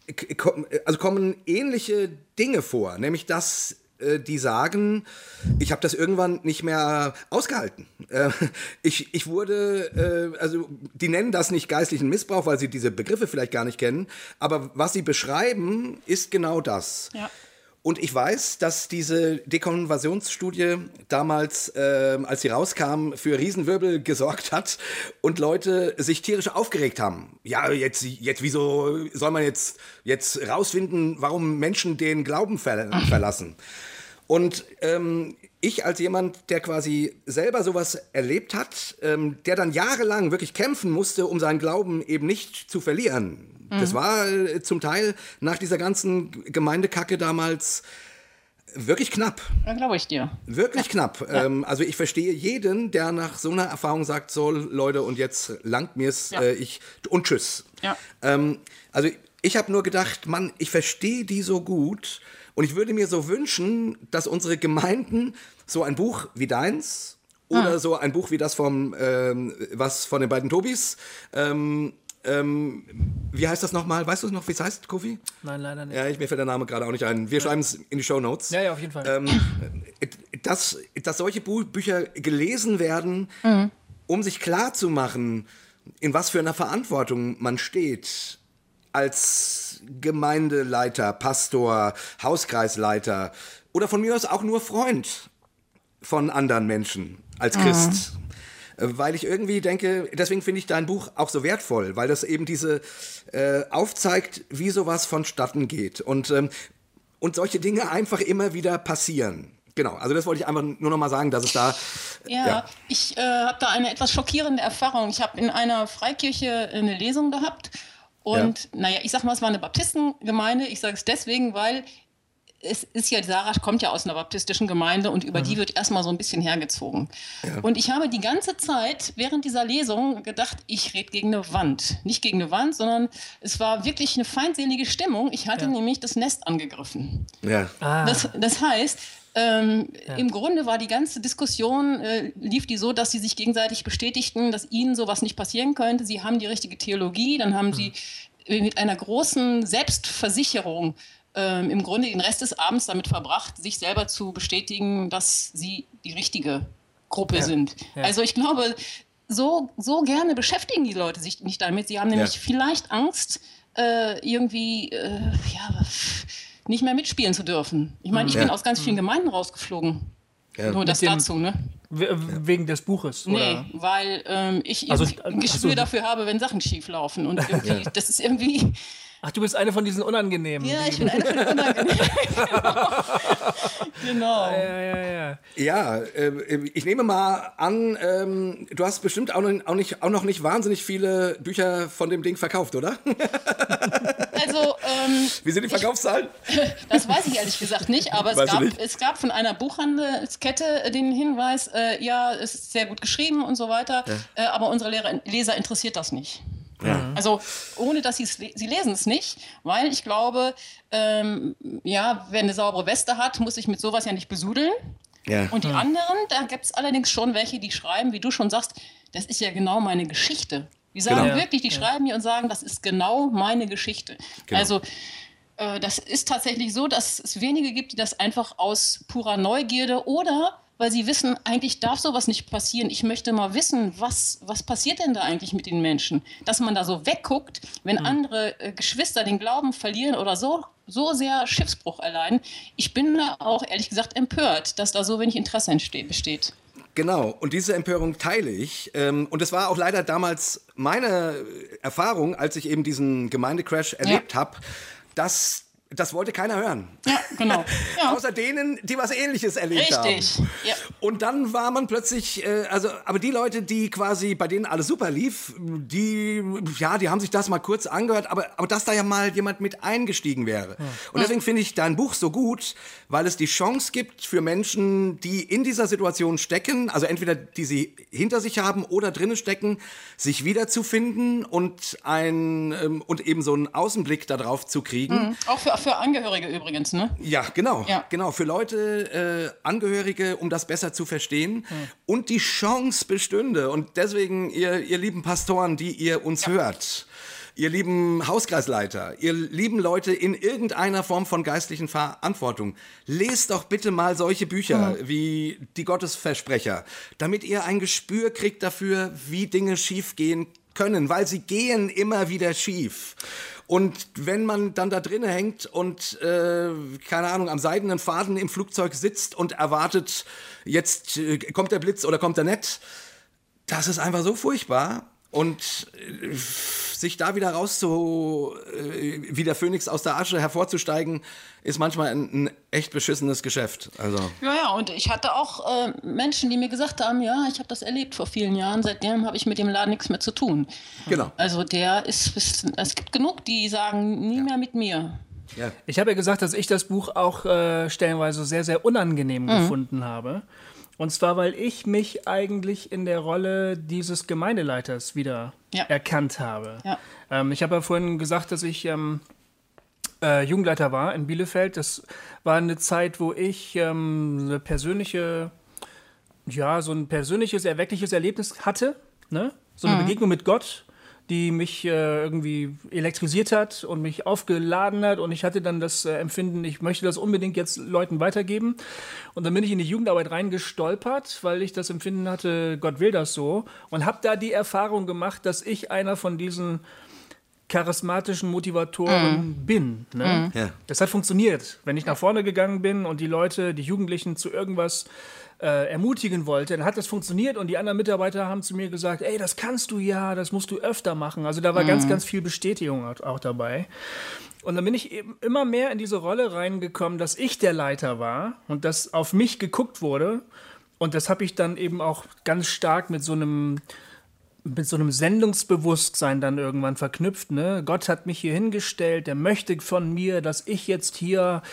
Also kommen ähnliche Dinge vor, nämlich dass äh, die sagen, ich habe das irgendwann nicht mehr ausgehalten. Äh, ich, ich wurde, äh, also die nennen das nicht geistlichen Missbrauch, weil sie diese Begriffe vielleicht gar nicht kennen, aber was sie beschreiben, ist genau das. Ja. Und ich weiß, dass diese Dekonversionsstudie damals, äh, als sie rauskam, für Riesenwirbel gesorgt hat und Leute sich tierisch aufgeregt haben. Ja, jetzt, jetzt wieso soll man jetzt, jetzt rausfinden, warum Menschen den Glauben ver- verlassen? Und ähm, ich als jemand, der quasi selber sowas erlebt hat, ähm, der dann jahrelang wirklich kämpfen musste, um seinen Glauben eben nicht zu verlieren. Mhm. Das war äh, zum Teil nach dieser ganzen Gemeindekacke damals wirklich knapp. Ja, glaube ich dir. Wirklich ja. knapp. Ja. Ähm, also ich verstehe jeden, der nach so einer Erfahrung sagt, so Leute, und jetzt langt mir's, ja. äh, ich und tschüss. Ja. Ähm, also ich habe nur gedacht, Mann, ich verstehe die so gut und ich würde mir so wünschen, dass unsere Gemeinden so ein Buch wie deins oder hm. so ein Buch wie das vom, ähm, was von den beiden Tobis, ähm, ähm, wie heißt das nochmal? Weißt du noch, wie es heißt, Kofi? Nein, leider nicht. Ja, ich, mir fällt der Name gerade auch nicht ein. Wir ja. schreiben es in die Shownotes. Ja, ja, auf jeden Fall. Ähm, dass, dass solche Bu- Bücher gelesen werden, mhm. um sich klarzumachen, in was für einer Verantwortung man steht. Als Gemeindeleiter, Pastor, Hauskreisleiter oder von mir aus auch nur Freund von anderen Menschen als Christ. Mhm. Weil ich irgendwie denke, deswegen finde ich dein Buch auch so wertvoll, weil das eben diese äh, aufzeigt, wie sowas vonstatten geht und, ähm, und solche Dinge einfach immer wieder passieren. Genau, also das wollte ich einfach nur noch mal sagen, dass es da... Ja, ja. ich äh, habe da eine etwas schockierende Erfahrung. Ich habe in einer Freikirche eine Lesung gehabt und, ja. naja, ich sag mal, es war eine Baptistengemeinde. Ich sage es deswegen, weil es ist ja, Sarah kommt ja aus einer baptistischen Gemeinde und über mhm. die wird erstmal so ein bisschen hergezogen. Ja. Und ich habe die ganze Zeit während dieser Lesung gedacht, ich rede gegen eine Wand. Nicht gegen eine Wand, sondern es war wirklich eine feindselige Stimmung. Ich hatte ja. nämlich das Nest angegriffen. Ja. Ah. Das, das heißt, ähm, ja. im Grunde war die ganze Diskussion, äh, lief die so, dass sie sich gegenseitig bestätigten, dass ihnen sowas nicht passieren könnte. Sie haben die richtige Theologie, dann haben mhm. sie mit einer großen Selbstversicherung ähm, im Grunde den Rest des Abends damit verbracht, sich selber zu bestätigen, dass sie die richtige Gruppe ja. sind. Ja. Also ich glaube, so, so gerne beschäftigen die Leute sich nicht damit. Sie haben nämlich ja. vielleicht Angst, äh, irgendwie äh, ja, nicht mehr mitspielen zu dürfen. Ich meine, ich ja. bin aus ganz vielen Gemeinden rausgeflogen. Ja. Nur das dem, dazu, ne? Wegen des Buches, nee, oder? Nee, weil ähm, ich also, ein Gespür also, dafür habe, wenn Sachen schief laufen. Und irgendwie, ja. das ist irgendwie... Ach, du bist eine von diesen Unangenehmen. Ja, ich bin eine von den Unangenehmen. Genau. Ja, ja, ja. Ja, äh, ich nehme mal an, ähm, du hast bestimmt auch noch, auch, nicht, auch noch nicht wahnsinnig viele Bücher von dem Ding verkauft, oder? Also, ähm, wie sind die Verkaufszahlen? Ich, das weiß ich ehrlich gesagt nicht, aber es gab, es gab von einer Buchhandelskette den Hinweis, äh, ja, es ist sehr gut geschrieben und so weiter, ja. äh, aber unsere Lehrer, Leser interessiert das nicht. Ja. Also ohne, dass sie es sie lesen es nicht, weil ich glaube, ähm, ja, wer eine saubere Weste hat, muss sich mit sowas ja nicht besudeln. Ja. Und die ja. anderen, da gibt es allerdings schon welche, die schreiben, wie du schon sagst, das ist ja genau meine Geschichte. Die sagen genau. wirklich, die ja. schreiben mir und sagen, das ist genau meine Geschichte. Genau. Also äh, das ist tatsächlich so, dass es wenige gibt, die das einfach aus purer Neugierde oder weil sie wissen, eigentlich darf sowas nicht passieren. Ich möchte mal wissen, was, was passiert denn da eigentlich mit den Menschen? Dass man da so wegguckt, wenn mhm. andere äh, Geschwister den Glauben verlieren oder so, so sehr Schiffsbruch erleiden. Ich bin da auch ehrlich gesagt empört, dass da so wenig Interesse entsteht, besteht. Genau, und diese Empörung teile ich. Und es war auch leider damals meine Erfahrung, als ich eben diesen Gemeindecrash erlebt ja. habe, dass... Das wollte keiner hören. Ja, genau. Ja. Außer denen, die was Ähnliches erlebt Richtig. haben. Ja. Und dann war man plötzlich, äh, also, aber die Leute, die quasi, bei denen alles super lief, die, ja, die haben sich das mal kurz angehört, aber, aber dass da ja mal jemand mit eingestiegen wäre. Ja. Und deswegen finde ich dein Buch so gut, weil es die Chance gibt für Menschen, die in dieser Situation stecken, also entweder die sie hinter sich haben oder drinnen stecken, sich wiederzufinden und ein, ähm, und eben so einen Außenblick darauf zu kriegen. Mhm. Auch für Für Angehörige übrigens, ne? Ja, genau. Ja. Genau, für Leute, äh, Angehörige, um das besser zu verstehen. Hm. Und die Chance bestünde. Und deswegen, ihr, ihr lieben Pastoren, die ihr uns ja. hört, ihr lieben Hauskreisleiter, ihr lieben Leute in irgendeiner Form von geistlichen Verantwortung, lest doch bitte mal solche Bücher hm. wie Die Gottesversprecher, damit ihr ein Gespür kriegt dafür, wie Dinge schiefgehen können, weil sie gehen immer wieder schief. Und wenn man dann da drinnen hängt und, äh, keine Ahnung, am seidenen Faden im Flugzeug sitzt und erwartet, jetzt äh, kommt der Blitz oder kommt er nicht, das ist einfach so furchtbar. Und äh, sich da wieder rauszu, äh, wie der Phönix aus der Asche hervorzusteigen, ist manchmal ein, ein echt beschissenes Geschäft. Also. Ja, ja, und ich hatte auch äh, Menschen, die mir gesagt haben, ja, ich habe das erlebt vor vielen Jahren, seitdem habe ich mit dem Laden nichts mehr zu tun. Genau. Also der ist, es gibt genug, die sagen, nie ja. mehr mit mir. Ja. Ich habe ja gesagt, dass ich das Buch auch äh, stellenweise sehr, sehr unangenehm mhm. gefunden habe. Und zwar, weil ich mich eigentlich in der Rolle dieses Gemeindeleiters wieder ja. erkannt habe. Ja. Ähm, ich habe ja vorhin gesagt, dass ich ähm, äh, Jugendleiter war in Bielefeld. Das war eine Zeit, wo ich ähm, eine persönliche, ja, so ein persönliches, erweckliches Erlebnis hatte. Ne? So eine mhm. Begegnung mit Gott, die mich äh, irgendwie elektrisiert hat und mich aufgeladen hat. Und ich hatte dann das äh, Empfinden, ich möchte das unbedingt jetzt Leuten weitergeben. Und dann bin ich in die Jugendarbeit reingestolpert, weil ich das Empfinden hatte, Gott will das so. Und habe da die Erfahrung gemacht, dass ich einer von diesen charismatischen Motivatoren mm. bin. Ne? Mm. Ja. Das hat funktioniert. Wenn ich nach vorne gegangen bin und die Leute, die Jugendlichen zu irgendwas Äh, ermutigen wollte, dann hat das funktioniert und die anderen Mitarbeiter haben zu mir gesagt, ey, das kannst du ja, das musst du öfter machen. Also da war mhm. ganz, ganz viel Bestätigung auch dabei. Und dann bin ich eben immer mehr in diese Rolle reingekommen, dass ich der Leiter war und dass auf mich geguckt wurde. Und das habe ich dann eben auch ganz stark mit so einem mit so einem Sendungsbewusstsein dann irgendwann verknüpft. Ne? Gott hat mich hier hingestellt, der möchte von mir, dass ich jetzt hier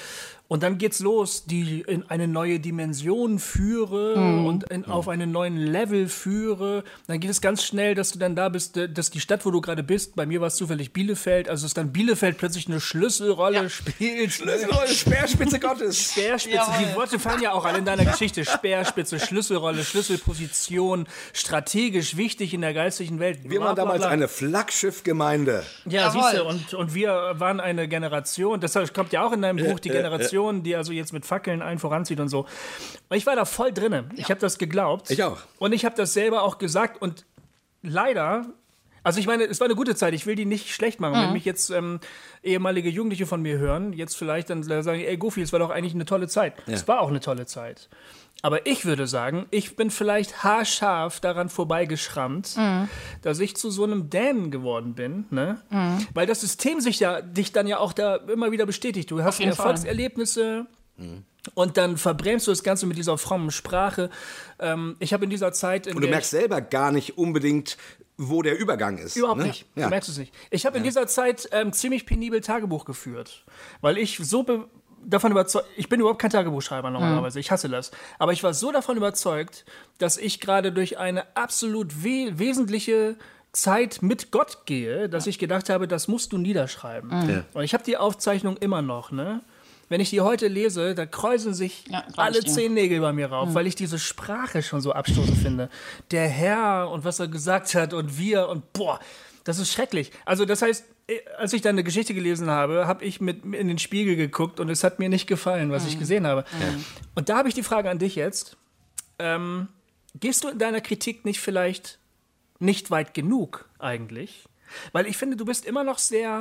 Und dann geht's los, die in eine neue Dimension führe mhm. und in, auf einen neuen Level führe. Dann geht es ganz schnell, dass du dann da bist, dass die Stadt, wo du gerade bist, bei mir war es zufällig Bielefeld, also dass dann Bielefeld plötzlich eine Schlüsselrolle ja. spielt. Schlüsselrolle, Speerspitze Gottes. Speerspitze, Jawohl. Die Worte fallen ja auch alle in deiner Geschichte. Speerspitze, Schlüsselrolle, Schlüsselposition, strategisch wichtig in der geistlichen Welt. Wir waren damals eine Flaggschiffgemeinde. Ja, siehst du, und, und wir waren eine Generation, das kommt ja auch in deinem Buch, die Generation, die also jetzt mit Fackeln allen voranzieht und so. Und ich war da voll drinne. Ja. Ich habe das geglaubt. Ich auch. Und ich habe das selber auch gesagt. Und leider, also ich meine, es war eine gute Zeit. Ich will die nicht schlecht machen. Mhm. Wenn mich jetzt ähm, ehemalige Jugendliche von mir hören, jetzt vielleicht dann sagen, ey Goofy, es war doch eigentlich eine tolle Zeit. Ja. Es war auch eine tolle Zeit. Aber ich würde sagen, ich bin vielleicht haarscharf daran vorbeigeschrammt, mhm. dass ich zu so einem Dan geworden bin, ne? Mhm. Weil das System sich ja, dich dann ja auch da immer wieder bestätigt. Du hast Erfolgserlebnisse mhm. und dann verbrämst du das Ganze mit dieser frommen Sprache. Ähm, ich habe in dieser Zeit... In und du merkst selber gar nicht unbedingt, wo der Übergang ist. Überhaupt ne? nicht. Ja. Du merkst es nicht. Ich habe in ja. dieser Zeit ähm, ziemlich penibel Tagebuch geführt, weil ich so... Be- davon überzeugt, ich bin überhaupt kein Tagebuchschreiber normalerweise, mhm. ich hasse das, aber ich war so davon überzeugt, dass ich gerade durch eine absolut we- wesentliche Zeit mit Gott gehe, dass ich gedacht habe, das musst du niederschreiben. Mhm. Ja. Und ich habe die Aufzeichnung immer noch, ne? Wenn ich die heute lese, da kräuseln sich ja, alle Zehennägel bei mir rauf, mhm. weil ich diese Sprache schon so abstoßend finde. Der Herr und was er gesagt hat und wir und boah, das ist schrecklich. Also das heißt, als ich dann eine Geschichte gelesen habe, habe ich mit in den Spiegel geguckt und es hat mir nicht gefallen, was mhm. ich gesehen habe. Mhm. Und da habe ich die Frage an dich jetzt. Ähm, gehst du in deiner Kritik nicht vielleicht nicht weit genug eigentlich? Weil ich finde, du bist immer noch sehr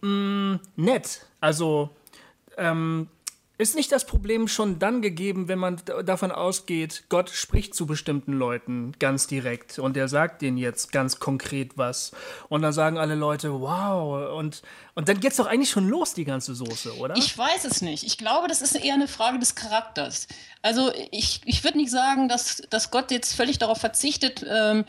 mh, nett. Also ähm, ist nicht das Problem schon dann gegeben, wenn man d- davon ausgeht, Gott spricht zu bestimmten Leuten ganz direkt und er sagt denen jetzt ganz konkret was und dann sagen alle Leute, wow, und, und dann geht's doch eigentlich schon los, die ganze Soße, oder? Ich weiß es nicht. Ich glaube, das ist eher eine Frage des Charakters. Also ich, ich würde nicht sagen, dass, dass Gott jetzt völlig darauf verzichtet, ähm,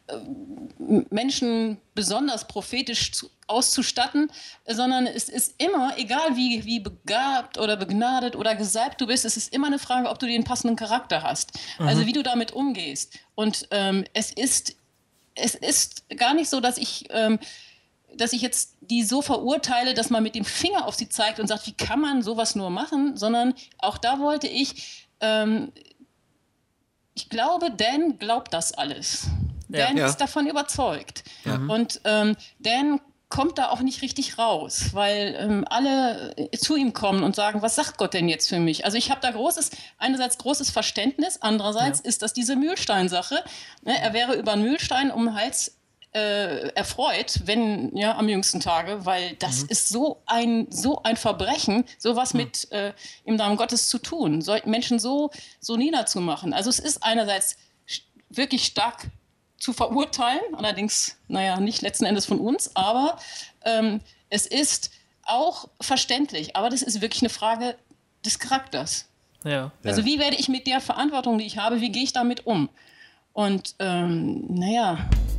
Menschen besonders prophetisch zu, auszustatten, sondern es ist immer, egal wie, wie begabt oder begnadet oder gesalbt du bist, es ist immer eine Frage, ob du den passenden Charakter hast. Mhm. Also wie du damit umgehst. Und ähm, es ist, es ist gar nicht so, dass ich, ähm, dass ich jetzt die so verurteile, dass man mit dem Finger auf sie zeigt und sagt, wie kann man sowas nur machen, sondern auch da wollte ich, ähm, ich glaube, Dan glaubt das alles. Dan ja. ist davon überzeugt. Ja. Und ähm, Dan kommt da auch nicht richtig raus, weil ähm, alle zu ihm kommen und sagen, was sagt Gott denn jetzt für mich? Also ich habe da großes, einerseits großes Verständnis, andererseits ja. ist das diese Mühlstein-Sache. Ne, er wäre über einen Mühlstein um den Hals äh, erfreut, wenn, ja, am jüngsten Tage, weil das mhm. ist so ein, so ein Verbrechen, sowas mhm. mit äh, im Namen Gottes zu tun, so, Menschen so, so niederzumachen. Also es ist einerseits wirklich stark zu verurteilen, allerdings, naja, nicht letzten Endes von uns, aber ähm, es ist auch verständlich, aber das ist wirklich eine Frage des Charakters. Ja. Also wie werde ich mit der Verantwortung, die ich habe, wie gehe ich damit um? Und ähm, naja.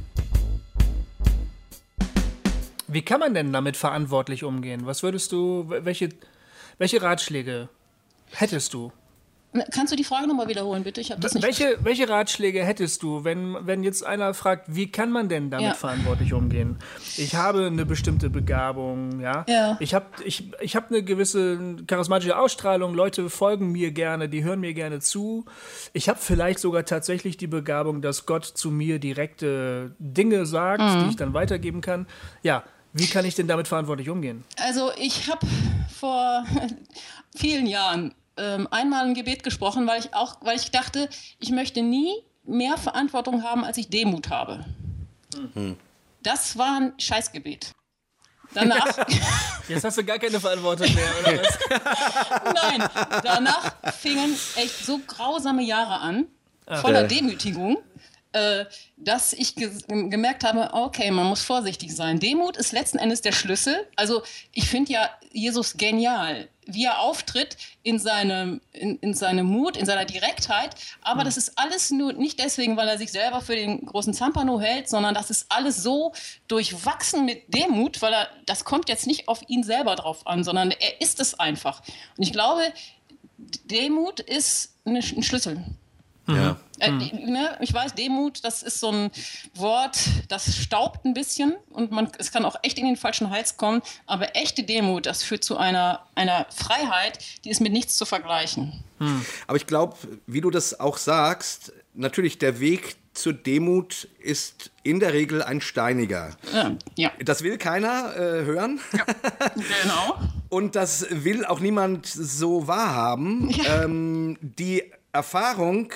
Wie kann man denn damit verantwortlich umgehen? Was würdest du, welche, welche Ratschläge hättest du? Kannst du die Frage nochmal wiederholen, bitte? Ich habe das nicht. Welche, welche Ratschläge hättest du, wenn, wenn jetzt einer fragt, wie kann man denn damit ja. verantwortlich umgehen? Ich habe eine bestimmte Begabung, ja. ja. Ich habe ich, ich hab eine gewisse charismatische Ausstrahlung, Leute folgen mir gerne, die hören mir gerne zu. Ich habe vielleicht sogar tatsächlich die Begabung, dass Gott zu mir direkte Dinge sagt, mhm. die ich dann weitergeben kann. Ja, wie kann ich denn damit verantwortlich umgehen? Also ich habe vor vielen Jahren Ähm, einmal ein Gebet gesprochen, weil ich auch, weil ich dachte, ich möchte nie mehr Verantwortung haben, als ich Demut habe. Mhm. Das war ein Scheißgebet. Danach. Jetzt hast du gar keine Verantwortung mehr, oder was? Nein, danach fingen echt so grausame Jahre an, voller okay. Demütigung, äh, dass ich ge- gemerkt habe, okay, man muss vorsichtig sein. Demut ist letzten Endes der Schlüssel. Also ich finde ja Jesus genial. wie er auftritt, in seinem, in, in seinem Mut, in seiner Direktheit. Aber mhm. das ist alles nur nicht deswegen, weil er sich selber für den großen Zampano hält, sondern das ist alles so durchwachsen mit Demut, weil er, das kommt jetzt nicht auf ihn selber drauf an, sondern er ist es einfach. Und ich glaube, Demut ist eine, ein Schlüssel. Ja. Äh, ne, ich weiß, Demut, das ist so ein Wort, das staubt ein bisschen und man, es kann auch echt in den falschen Hals kommen, aber echte Demut, das führt zu einer, einer Freiheit, die ist mit nichts zu vergleichen. Hm. Aber ich glaube, wie du das auch sagst, natürlich der Weg zur Demut ist in der Regel ein steiniger. Ja, ja. Das will keiner äh, hören. Ja, genau. Und das will auch niemand so wahrhaben. Ja. Ähm, die Erfahrung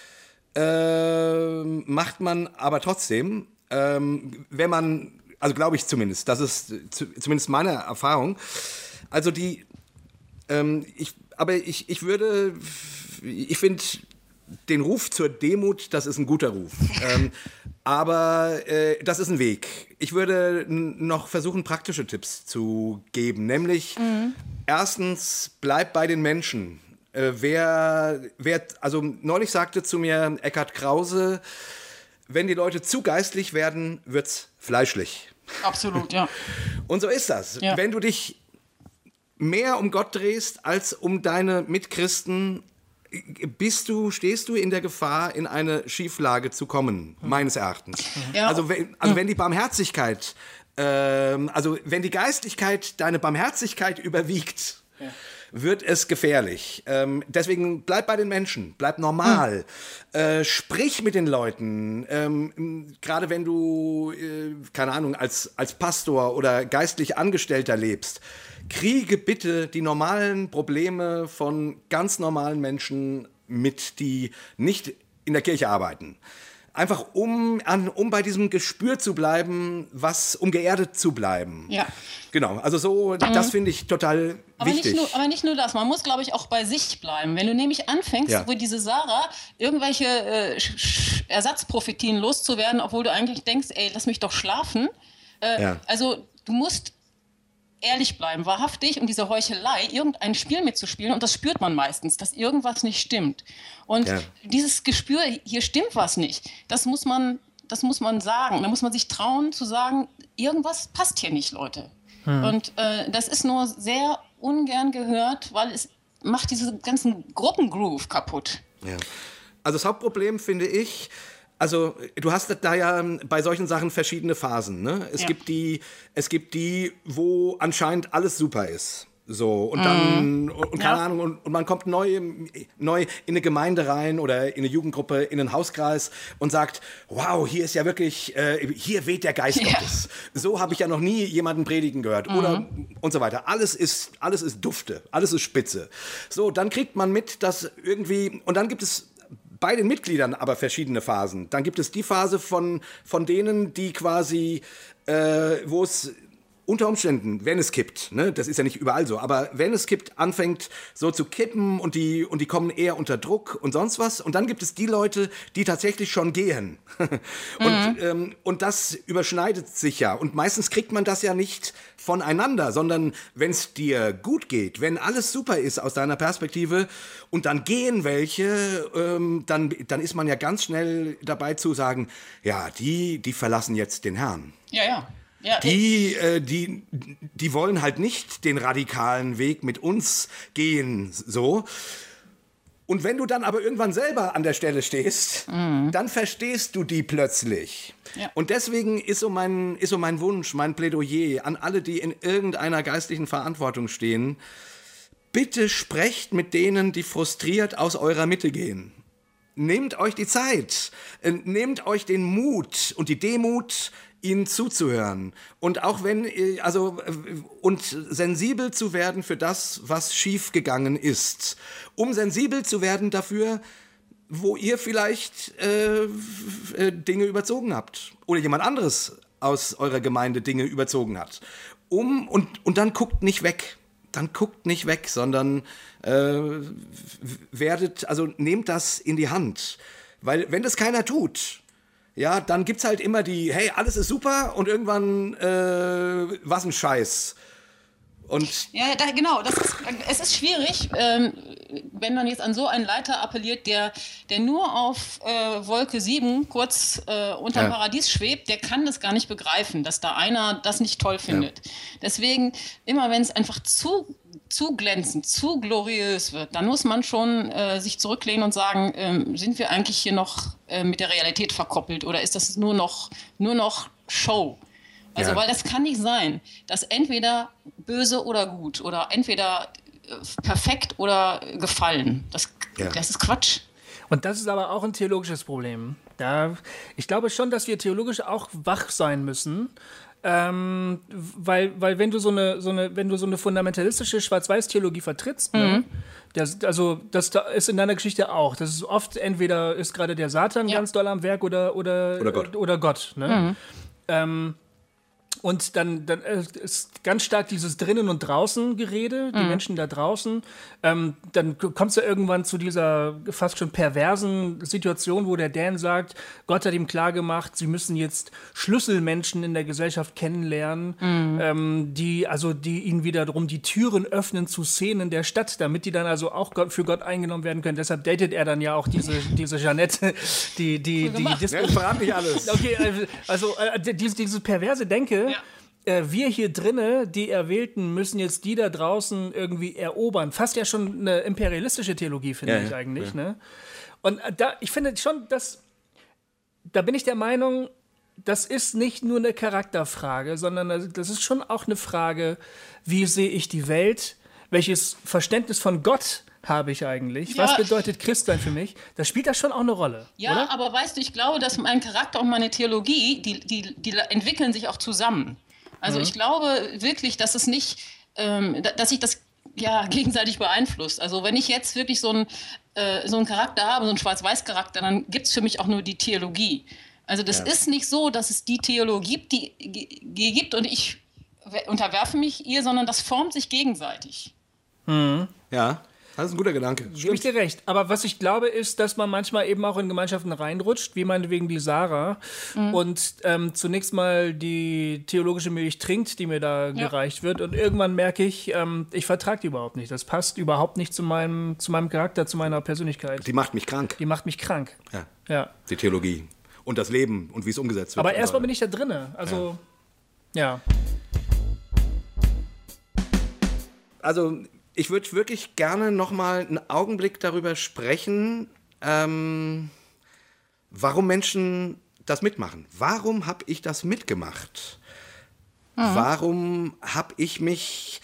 äh, macht man aber trotzdem, ähm, wenn man, also glaube ich zumindest, das ist zu, zumindest meine Erfahrung. Also die, ähm, ich, aber ich, ich würde, ich finde den Ruf zur Demut, das ist ein guter Ruf. ähm, aber äh, das ist ein Weg. Ich würde n- noch versuchen, praktische Tipps zu geben, nämlich mhm. erstens, bleib bei den Menschen. Äh, wer, wer, also neulich sagte zu mir Eckhard Krause, wenn die Leute zu geistlich werden, wird's fleischlich. Absolut, ja. Und so ist das. Ja. Wenn du dich mehr um Gott drehst als um deine Mitchristen, bist du, stehst du in der Gefahr, in eine Schieflage zu kommen, mhm. meines Erachtens. Ja. Also, wenn, also wenn die Barmherzigkeit, ähm, also wenn die Geistlichkeit deine Barmherzigkeit überwiegt, ja. wird es gefährlich. Ähm, deswegen bleib bei den Menschen, bleib normal, mhm. äh, sprich mit den Leuten. Ähm, gerade wenn du, äh, keine Ahnung, als, als Pastor oder geistlich Angestellter lebst, kriege bitte die normalen Probleme von ganz normalen Menschen mit, die nicht in der Kirche arbeiten. Einfach um, an, um bei diesem Gespür zu bleiben, was, um geerdet zu bleiben. Ja. Genau, also so, mhm. das finde ich total aber wichtig. Nicht nur, aber nicht nur das, man muss, glaube ich, auch bei sich bleiben. Wenn du nämlich anfängst, ja. wo diese Sarah, irgendwelche äh, Ersatzprophetien loszuwerden, obwohl du eigentlich denkst, ey, lass mich doch schlafen. Äh, ja. Also du musst ehrlich bleiben, wahrhaftig und diese Heuchelei, irgendein Spiel mitzuspielen, und das spürt man meistens, dass irgendwas nicht stimmt. Und ja. dieses Gespür, hier stimmt was nicht, das muss man, das muss man sagen. Da muss man sich trauen zu sagen, irgendwas passt hier nicht, Leute. Hm. Und äh, das ist nur sehr ungern gehört, weil es macht diesen ganzen Gruppengroove kaputt. Ja. Also das Hauptproblem finde ich, also du hast da ja bei solchen Sachen verschiedene Phasen. Ne? Es, ja. gibt die, es gibt die, wo anscheinend alles super ist. So, und dann, mm. und, und keine ja. Ahnung, und, und man kommt neu, neu in eine Gemeinde rein oder in eine Jugendgruppe, in einen Hauskreis und sagt, wow, hier ist ja wirklich, äh, hier weht der Geist ja. Gottes. So habe ich ja noch nie jemanden predigen gehört. Mm. Oder und so weiter. Alles ist, alles ist dufte, alles ist spitze. So, dann kriegt man mit, dass irgendwie, und dann gibt es bei den Mitgliedern aber verschiedene Phasen. Dann gibt es die Phase von, von denen, die quasi, äh, wo es unter Umständen, wenn es kippt, ne, das ist ja nicht überall so, aber wenn es kippt, anfängt so zu kippen und die, und die kommen eher unter Druck und sonst was. Und dann gibt es die Leute, die tatsächlich schon gehen. und, mhm. ähm, und das überschneidet sich ja. Und meistens kriegt man das ja nicht voneinander, sondern wenn es dir gut geht, wenn alles super ist aus deiner Perspektive und dann gehen welche, ähm, dann, dann ist man ja ganz schnell dabei zu sagen, ja, die, die verlassen jetzt den Herrn. Ja, ja. Ja, die, äh, die, die wollen halt nicht den radikalen Weg mit uns gehen, so. Und wenn du dann aber irgendwann selber an der Stelle stehst, mhm. dann verstehst du die plötzlich. Ja. Und deswegen ist so, mein, ist so mein Wunsch, mein Plädoyer an alle, die in irgendeiner geistlichen Verantwortung stehen, bitte sprecht mit denen, die frustriert aus eurer Mitte gehen. Nehmt euch die Zeit, nehmt euch den Mut und die Demut, ihnen zuzuhören und auch wenn, also, und sensibel zu werden für das, was schiefgegangen ist. Um sensibel zu werden dafür, wo ihr vielleicht äh, äh, Dinge überzogen habt oder jemand anderes aus eurer Gemeinde Dinge überzogen hat. Um, und, und dann guckt nicht weg. Dann guckt nicht weg, sondern äh, werdet, also nehmt das in die Hand. Weil wenn das keiner tut, ja, dann gibt's halt immer die, hey, alles ist super und irgendwann, äh, was ein Scheiß. Und ja, da, genau. Das ist, es ist schwierig, ähm, wenn man jetzt an so einen Leiter appelliert, der, der nur auf äh, Wolke sieben kurz äh, unterm ja. Paradies schwebt, der kann das gar nicht begreifen, dass da einer das nicht toll findet. Ja. Deswegen, immer wenn es einfach zu, zu glänzend, zu gloriös wird, dann muss man schon äh, sich zurücklehnen und sagen, ähm, sind wir eigentlich hier noch äh, mit der Realität verkoppelt oder ist das nur noch, nur noch Show? Also, ja. weil das kann nicht sein, dass entweder böse oder gut oder entweder äh, perfekt oder gefallen. Das, ja. das ist Quatsch. Und das ist aber auch ein theologisches Problem. Da, ich glaube schon, dass wir theologisch auch wach sein müssen. Ähm, weil, weil wenn du so eine, so eine, wenn du so eine fundamentalistische Schwarz-Weiß-Theologie vertrittst, mhm. ne, das, also das da ist in deiner Geschichte auch. Das ist oft entweder ist gerade der Satan ja. ganz doll am Werk oder, oder, oder Gott. Oder Gott ne? mhm. ähm, Und dann, dann ist ganz stark dieses Drinnen und Draußen Gerede, die mhm. Menschen da draußen. Ähm, dann kommst du irgendwann zu dieser fast schon perversen Situation, wo der Dan sagt, Gott hat ihm klargemacht, sie müssen jetzt Schlüsselmenschen in der Gesellschaft kennenlernen, mhm. ähm, die, also die ihnen wiederum die Türen öffnen zu Szenen der Stadt, damit die dann also auch Gott, für Gott eingenommen werden können. Deshalb datet er dann ja auch diese, diese Jeanette, die, die, die, die Disco. Ja, verrat nicht alles. Okay, also äh, diese, diese perverse Denke, ja. Äh, wir hier drinnen, die Erwählten, müssen jetzt die da draußen irgendwie erobern. Fast ja schon eine imperialistische Theologie, finde ja, ich ja, eigentlich. Ja. Ne? Und äh, da, ich finde schon, dass, da bin ich der Meinung, das ist nicht nur eine Charakterfrage, sondern das ist schon auch eine Frage, wie sehe ich die Welt, welches Verständnis von Gott habe ich eigentlich? Ja. Was bedeutet Christsein für mich? Das spielt da schon auch eine Rolle, ja, oder? Aber weißt du, ich glaube, dass mein Charakter und meine Theologie, die, die, die entwickeln sich auch zusammen. Also mhm. ich glaube wirklich, dass es nicht, ähm, dass sich das ja gegenseitig beeinflusst. Also wenn ich jetzt wirklich so einen, äh, so einen Charakter habe, so einen Schwarz-Weiß-Charakter, dann gibt es für mich auch nur die Theologie. Also das ja. ist nicht so, dass es die Theologie gibt, die, die gibt und ich unterwerfe mich ihr, sondern das formt sich gegenseitig. Mhm. Ja. Das ist ein guter Gedanke. Gebe ich dir recht. Aber was ich glaube, ist, dass man manchmal eben auch in Gemeinschaften reinrutscht, wie meinetwegen die Sarah, mhm. und ähm, zunächst mal die theologische Milch trinkt, die mir da ja. gereicht wird. Und irgendwann merke ich, ähm, ich vertrage die überhaupt nicht. Das passt überhaupt nicht zu meinem, zu meinem Charakter, zu meiner Persönlichkeit. Die macht mich krank. Die macht mich krank. Ja. ja. Die Theologie. Und das Leben und wie es umgesetzt wird. Aber erstmal bin ich da drinne. Also, ja. ja. Also... Ich würde wirklich gerne noch mal einen Augenblick darüber sprechen, ähm, warum Menschen das mitmachen. Warum habe ich das mitgemacht? Mhm. Warum habe ich mich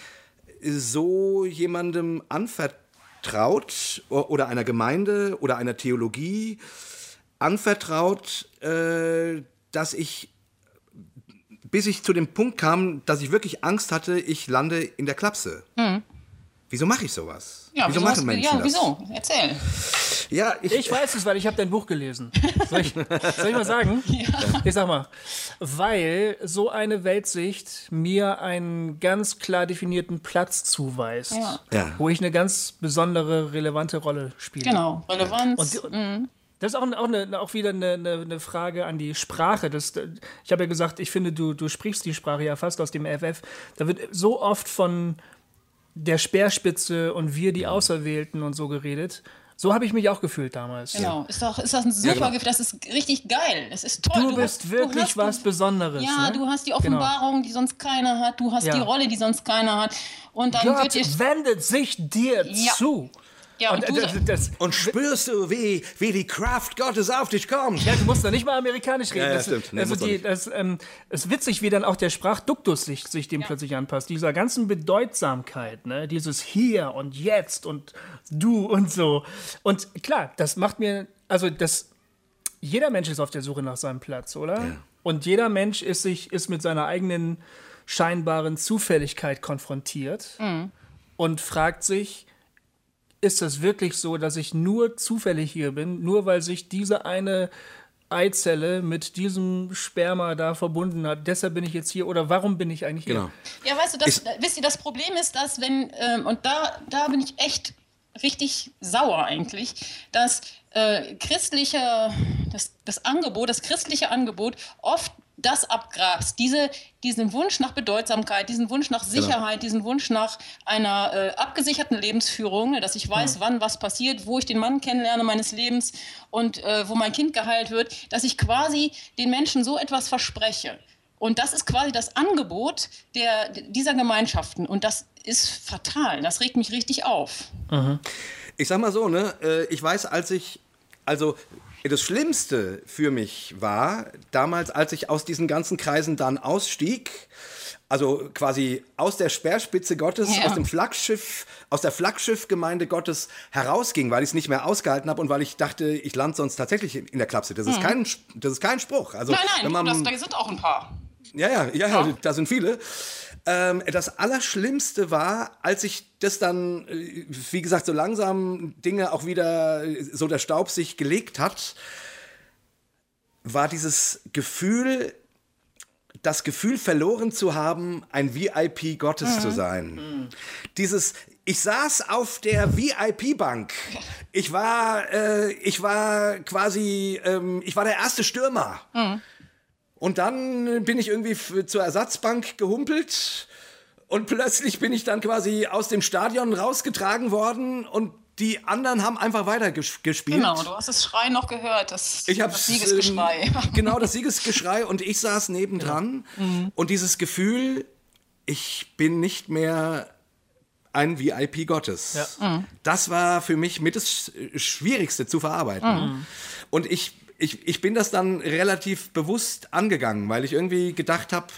so jemandem anvertraut oder einer Gemeinde oder einer Theologie anvertraut, äh, dass ich, bis ich zu dem Punkt kam, dass ich wirklich Angst hatte, ich lande in der Klapse. Mhm. Wieso mache ich sowas? Ja, wieso, wieso machen Menschen ja, wieso? Das? Erzähl. Ja, ich, ich weiß es, weil ich habe dein Buch gelesen. Soll ich, soll ich mal sagen? Ja. Ich sag mal, weil so eine Weltsicht mir einen ganz klar definierten Platz zuweist, ja. Ja. wo ich eine ganz besondere, relevante Rolle spiele. Genau, Relevanz. Und, und, mhm. Das ist auch, auch, eine, auch wieder eine, eine, eine Frage an die Sprache. Das, ich habe ja gesagt, ich finde, du, du sprichst die Sprache ja fast aus dem F F. Da wird so oft von der Speerspitze und wir die Auserwählten und so geredet. So habe ich mich auch gefühlt damals. Genau, ist, doch, ist das ein super ja, genau. Gefühl, das ist richtig geil, das ist toll. Du, du bist hast, wirklich du hast, was Besonderes. Ja, ne? du hast die Offenbarung, genau. die sonst keiner hat, du hast ja. die Rolle, die sonst keiner hat. Und dann Gott wird dir wendet sich dir ja. zu. Ja, und, und, du, das, das, und spürst du, wie, wie die Kraft Gottes auf dich kommt. Ja, du musst doch nicht mal amerikanisch reden. Ja, ja, das, stimmt. Nee, also die, das ähm, ist witzig, wie dann auch der Sprachduktus sich, sich dem ja. plötzlich anpasst. Dieser ganzen Bedeutsamkeit, ne? Dieses Hier und Jetzt und Du und so. Und klar, das macht mir, also das, jeder Mensch ist auf der Suche nach seinem Platz, oder? Ja. Und jeder Mensch ist, sich, ist mit seiner eigenen scheinbaren Zufälligkeit konfrontiert mhm. und fragt sich, ist das wirklich so, dass ich nur zufällig hier bin, nur weil sich diese eine Eizelle mit diesem Sperma da verbunden hat, deshalb bin ich jetzt hier, oder warum bin ich eigentlich hier? Genau. Ja, weißt du, das, wisst ihr, das Problem ist, dass wenn, ähm, und da, da bin ich echt richtig sauer eigentlich, dass äh, christliche, das, das Angebot, das christliche Angebot oft das abgrabst, diese, diesen Wunsch nach Bedeutsamkeit, diesen Wunsch nach Sicherheit, genau. diesen Wunsch nach einer äh, abgesicherten Lebensführung, dass ich weiß, mhm. wann was passiert, wo ich den Mann kennenlerne meines Lebens und äh, wo mein Kind geheilt wird, dass ich quasi den Menschen so etwas verspreche. Und das ist quasi das Angebot der, dieser Gemeinschaften. Und das ist fatal. Das regt mich richtig auf. Mhm. Ich sag mal so, ne, ich weiß, als ich, also das Schlimmste für mich war, damals, als ich aus diesen ganzen Kreisen dann ausstieg, also quasi aus der Speerspitze Gottes, ja. aus dem Flaggschiff, aus der Flaggschiffgemeinde Gottes herausging, weil ich es nicht mehr ausgehalten habe und weil ich dachte, ich lande sonst tatsächlich in der Klapse. Das ist mhm. kein, das ist kein Spruch. Also, nein, nein, wenn man, das, da sind auch ein paar. Ja, ja, ja, ja, da sind viele. Ähm, das Allerschlimmste war, als ich das dann, wie gesagt, so langsam Dinge auch wieder, so der Staub sich gelegt hat, war dieses Gefühl, das Gefühl verloren zu haben, ein V I P Gottes mhm. zu sein. Mhm. Dieses, ich saß auf der V I P-Bank. Ich war, äh, ich war quasi, ähm, ich war der erste Stürmer. Mhm. Und dann bin ich irgendwie f- zur Ersatzbank gehumpelt und plötzlich bin ich dann quasi aus dem Stadion rausgetragen worden und die anderen haben einfach weiter ges- gespielt. Genau, du hast das Schrei noch gehört, das, ich das Siegesgeschrei. Ähm, genau, das Siegesgeschrei und ich saß nebendran ja. mhm. und dieses Gefühl, ich bin nicht mehr ein V I P Gottes. Ja. Mhm. Das war für mich mit das Schwierigste zu verarbeiten. Mhm. Und ich Ich, ich bin das dann relativ bewusst angegangen, weil ich irgendwie gedacht habe,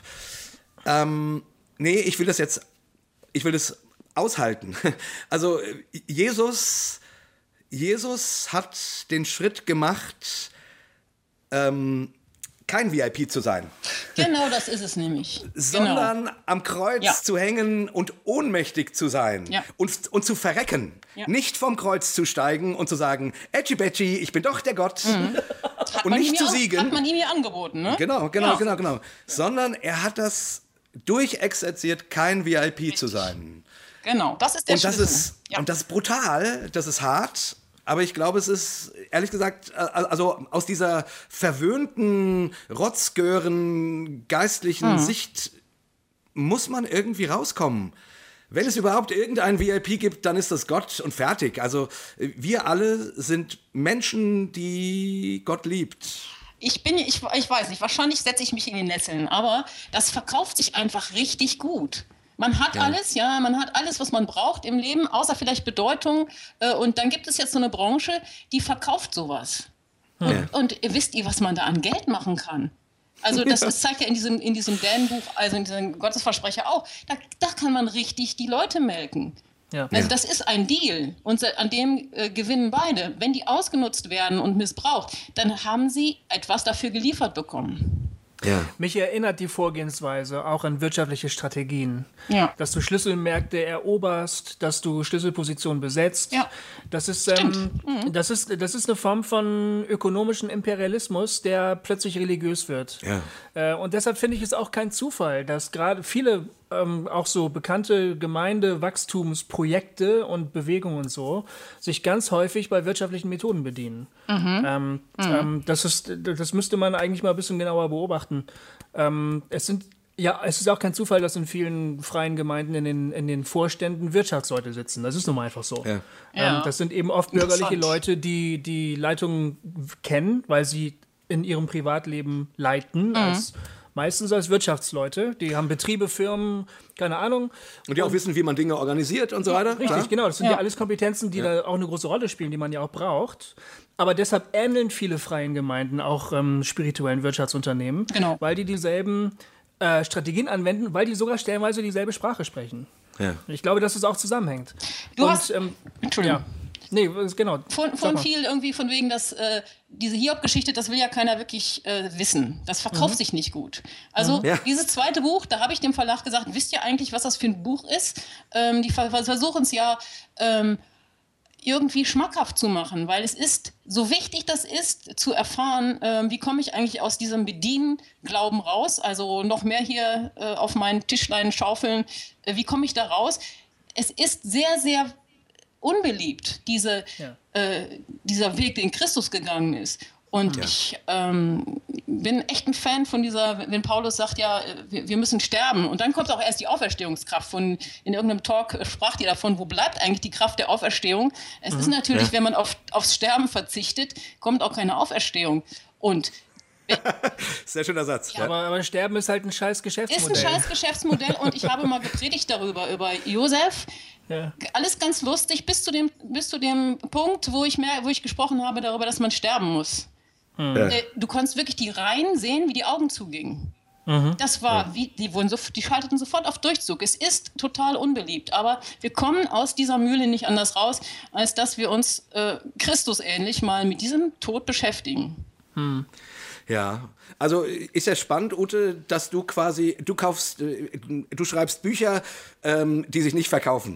ähm, nee, ich will das jetzt, ich will das aushalten. Also Jesus, Jesus hat den Schritt gemacht, ähm, kein V I P zu sein. Genau, das ist es nämlich. Sondern genau. am Kreuz ja. zu hängen und ohnmächtig zu sein ja. und, und zu verrecken. Ja. Nicht vom Kreuz zu steigen und zu sagen, Edgy Betchy, ich bin doch der Gott. Mhm. Und nicht zu siegen. Hat man ihm ja angeboten, ne? Genau, genau, ja. genau, genau. Ja. Sondern er hat das durchexerziert, kein V I P Richtig. Zu sein. Genau, das ist der und das Schlüssel. Ist, ja. Und das ist brutal, das ist hart. Aber ich glaube, es ist, ehrlich gesagt, also aus dieser verwöhnten, rotzgören, geistlichen mhm. Sicht muss man irgendwie rauskommen. Wenn es überhaupt irgendein V I P gibt, dann ist das Gott und fertig. Also wir alle sind Menschen, die Gott liebt. Ich bin, ich, ich weiß nicht, wahrscheinlich setze ich mich in die Nesseln, aber das verkauft sich einfach richtig gut. Man hat ja. alles, ja, man hat alles, was man braucht im Leben, außer vielleicht Bedeutung. Und dann gibt es jetzt so eine Branche, die verkauft sowas. Ja. Und, und wisst ihr, was man da an Geld machen kann? Also das, das zeigt ja in diesem, in diesem Dan-Buch, also in diesem Gottesversprecher auch, da, da kann man richtig die Leute melken. Ja. Also das ist ein Deal und an dem äh, gewinnen beide. Wenn die ausgenutzt werden und missbraucht, dann haben sie etwas dafür geliefert bekommen. Ja. Mich erinnert die Vorgehensweise auch an wirtschaftliche Strategien. Ja. Dass du Schlüsselmärkte eroberst, dass du Schlüsselpositionen besetzt. Ja. Das ist, ähm, mhm. das ist, das ist eine Form von ökonomischen Imperialismus, der plötzlich religiös wird. Ja. Äh, und deshalb finde ich es auch kein Zufall, dass gerade viele ähm, auch so bekannte Gemeindewachstumsprojekte und Bewegungen und so sich ganz häufig bei wirtschaftlichen Methoden bedienen. Mhm. Ähm, mhm. ähm, das ist, das müsste man eigentlich mal ein bisschen genauer beobachten. Ähm, es sind Ja, es ist auch kein Zufall, dass in vielen freien Gemeinden in den, in den Vorständen Wirtschaftsleute sitzen. Das ist nun mal einfach so. Ja. Ähm, Ja. das sind eben oft bürgerliche Leute, die die Leitung kennen, weil sie in ihrem Privatleben leiten, Mhm. als, meistens als Wirtschaftsleute. Die haben Betriebe, Firmen, keine Ahnung. Und die auch wissen, wie man Dinge organisiert und so weiter. Richtig, klar? genau. Das sind ja, Ja. alles Kompetenzen, die Ja. da auch eine große Rolle spielen, die man ja auch braucht. Aber deshalb ähneln viele freien Gemeinden auch ähm, spirituellen Wirtschaftsunternehmen, Genau. weil die dieselben äh, Strategien anwenden, weil die sogar stellenweise dieselbe Sprache sprechen. Ja. Ich glaube, dass es auch zusammenhängt. Du Und, hast- ähm, Entschuldigung. Ja. Nee, genau. Von, Sag von mal. viel irgendwie von wegen, dass äh, diese Hiob-Geschichte, das will ja keiner wirklich äh, wissen. Das verkauft sich nicht gut. Also Ja. dieses zweite Buch, da habe ich dem Verlag gesagt, wisst ihr eigentlich, was das für ein Buch ist? Ähm, die ver- versuchen es ja ähm, irgendwie schmackhaft zu machen, weil es ist, so wichtig das ist, zu erfahren, ähm, wie komme ich eigentlich aus diesem Bedienglauben raus, also noch mehr hier äh, auf meinen Tischlein schaufeln, äh, wie komme ich da raus? Es ist sehr, sehr unbeliebt, diese, Ja. äh, dieser Weg, den Christus gegangen ist. Und Ja. ich ähm, bin echt ein Fan von dieser, wenn Paulus sagt, ja, wir, wir müssen sterben. Und dann kommt auch erst die Auferstehungskraft. Von, in irgendeinem Talk sprach die davon, wo bleibt eigentlich die Kraft der Auferstehung? Es ist natürlich, Ja. wenn man auf, aufs Sterben verzichtet, kommt auch keine Auferstehung. Und Sehr schöner Satz. Ja. Aber, aber Sterben ist halt ein scheiß ist Geschäftsmodell. ein scheiß Geschäftsmodell und ich habe mal gepredigt darüber, über Josef. Ja. Alles ganz lustig, bis zu dem, bis zu dem Punkt, wo ich, mehr, wo ich gesprochen habe darüber, dass man sterben muss. Ja. Äh, Du konntest wirklich die Reihen sehen, wie die Augen zugingen. Das war, wie, die, wurden so, die schalteten sofort auf Durchzug. Es ist total unbeliebt, aber wir kommen aus dieser Mühle nicht anders raus, als dass wir uns äh, Christusähnlich mal mit diesem Tod beschäftigen. Ja, also ist ja spannend, Ute, dass du quasi, du kaufst, äh, du schreibst Bücher, ähm, die sich nicht verkaufen.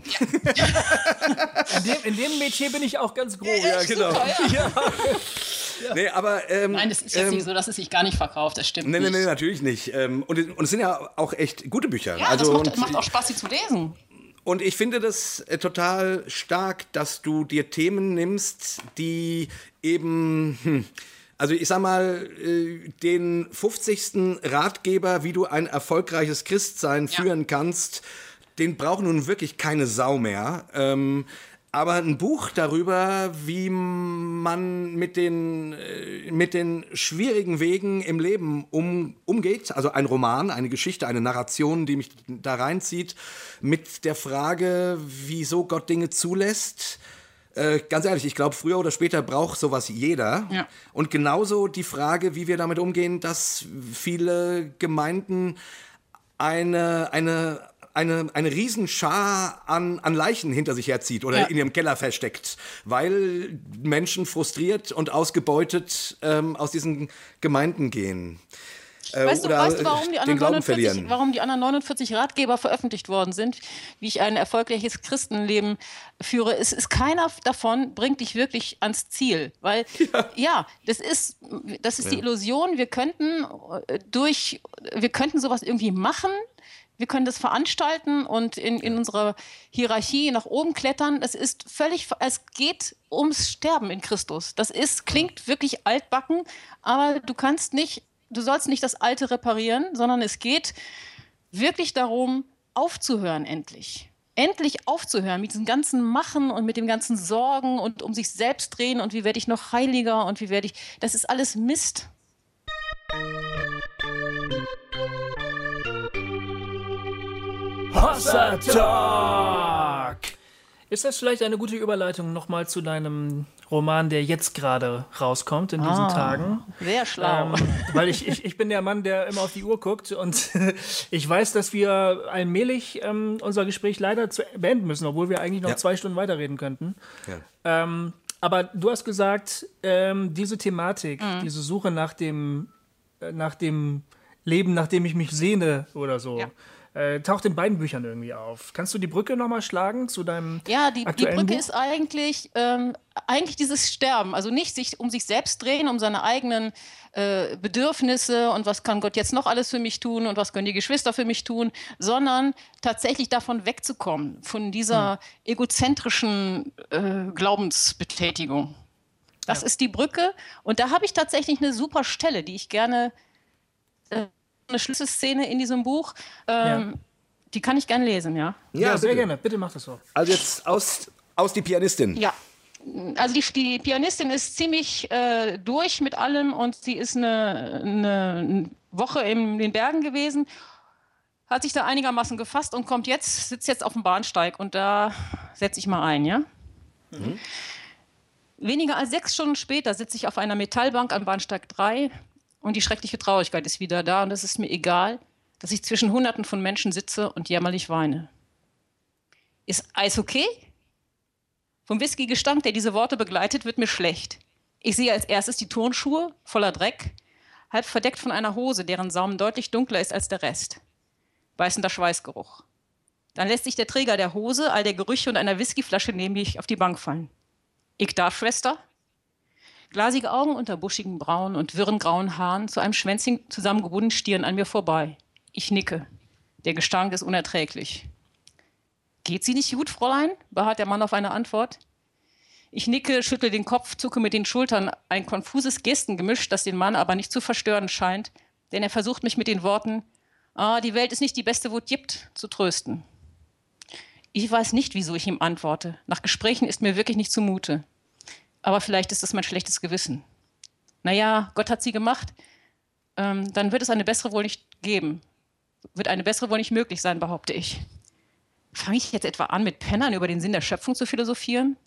In dem, in dem Metier bin ich auch ganz groß. Ja, genau. Super, ja. Nee, aber, ähm, Nein, das ist jetzt ähm, nicht so, dass es sich gar nicht verkauft, das stimmt Nee, nee, nicht. nee, natürlich nicht. Ähm, und, und es sind ja auch echt gute Bücher. Ja, also, das macht, und, macht auch Spaß, sie zu lesen. Und ich finde das äh, total stark, dass du dir Themen nimmst, die eben, hm, also ich sag mal, äh, den fünfzigsten Ratgeber, wie du ein erfolgreiches Christsein Ja. führen kannst, den braucht nun wirklich keine Sau mehr. Ähm, aber ein Buch darüber, wie man mit den, äh, mit den schwierigen Wegen im Leben um, umgeht, also ein Roman, eine Geschichte, eine Narration, die mich da reinzieht, mit der Frage, wieso Gott Dinge zulässt. Äh, ganz ehrlich, ich glaube, früher oder später braucht sowas jeder. Ja. Und genauso die Frage, wie wir damit umgehen, dass viele Gemeinden eine, eine, eine, eine Riesenschar an, an Leichen hinter sich herzieht oder Ja. in ihrem Keller versteckt, weil Menschen frustriert und ausgebeutet ähm, aus diesen Gemeinden gehen. Äh, Weißt du, oder weißt du, warum die, den anderen Glauben 49, verlieren. warum die anderen neunundvierzig Ratgeber veröffentlicht worden sind, wie ich ein erfolgreiches Christenleben führe? Es ist keiner davon bringt dich wirklich ans Ziel, weil ja, ja das ist das ist die Illusion. Wir könnten äh, durch wir könnten sowas irgendwie machen. Wir können das veranstalten und in, in unserer Hierarchie nach oben klettern. Es ist völlig, es geht ums Sterben in Christus. Das ist, klingt wirklich altbacken, aber du kannst nicht, du sollst nicht das Alte reparieren, sondern es geht wirklich darum, aufzuhören endlich. Endlich aufzuhören mit diesem ganzen Machen und mit dem ganzen Sorgen und um sich selbst drehen und wie werde ich noch heiliger und wie werde ich, das ist alles Mist. Hossa Talk! Ist das vielleicht eine gute Überleitung nochmal zu deinem Roman, der jetzt gerade rauskommt in diesen Ah, Tagen? Sehr schlau. Ähm, weil ich, ich, ich bin der Mann, der immer auf die Uhr guckt und ich weiß, dass wir allmählich ähm, unser Gespräch leider zu beenden müssen, obwohl wir eigentlich noch Ja. zwei Stunden weiterreden könnten. Ja. Ähm, aber du hast gesagt, ähm, diese Thematik, Mhm. diese Suche nach dem, äh, nach dem Leben, nach dem ich mich sehne oder so, Ja. äh, taucht in beiden Büchern irgendwie auf. Kannst du die Brücke nochmal schlagen zu deinem Ja, die, die aktuellen Brücke Buch? ist eigentlich, ähm, eigentlich dieses Sterben. Also nicht sich um sich selbst drehen, um seine eigenen äh, Bedürfnisse und was kann Gott jetzt noch alles für mich tun und was können die Geschwister für mich tun, sondern tatsächlich davon wegzukommen, von dieser Hm. egozentrischen äh, Glaubensbetätigung. Das Ja. ist die Brücke. Und da habe ich tatsächlich eine super Stelle, die ich gerne, äh, eine Schlüsselszene in diesem Buch, ähm, die kann ich gerne lesen, ja. Ja, sehr bitte. gerne. Bitte mach das so. Also jetzt aus, aus die Pianistin. Ja, also die, die Pianistin ist ziemlich äh, durch mit allem und sie ist eine, eine Woche in den Bergen gewesen, hat sich da einigermaßen gefasst und kommt jetzt, sitzt jetzt auf dem Bahnsteig und da setze ich mal ein, ja? Mhm. Weniger als sechs Stunden später sitze ich auf einer Metallbank am Bahnsteig drei und die schreckliche Traurigkeit ist wieder da und es ist mir egal, dass ich zwischen Hunderten von Menschen sitze und jämmerlich weine. Ist Eis okay? Vom Whisky-Gestank, der diese Worte begleitet, wird mir schlecht. Ich sehe als erstes die Turnschuhe, voller Dreck, halb verdeckt von einer Hose, deren Saum deutlich dunkler ist als der Rest. Beißender Schweißgeruch. Dann lässt sich der Träger der Hose, all der Gerüche und einer Whiskyflasche neben mich auf die Bank fallen. Ich darf, Schwester? Glasige Augen unter buschigen Brauen und wirren grauen Haaren, zu einem Schwänzchen zusammengebunden, stieren an mir vorbei. Ich nicke. Der Gestank ist unerträglich. Geht Sie nicht gut, Fräulein? Beharrt der Mann auf eine Antwort. Ich nicke, schüttle den Kopf, zucke mit den Schultern, ein konfuses Gestengemisch, das den Mann aber nicht zu verstören scheint, denn er versucht mich mit den Worten, ah, die Welt ist nicht die beste, wo es gibt, zu trösten. Ich weiß nicht, wieso ich ihm antworte. Nach Gesprächen ist mir wirklich nicht zumute. Aber vielleicht ist das mein schlechtes Gewissen. Naja, Gott hat sie gemacht, ähm, dann wird es eine bessere wohl nicht geben. Wird eine bessere wohl nicht möglich sein, behaupte ich. Fange ich jetzt etwa an, mit Pennern über den Sinn der Schöpfung zu philosophieren?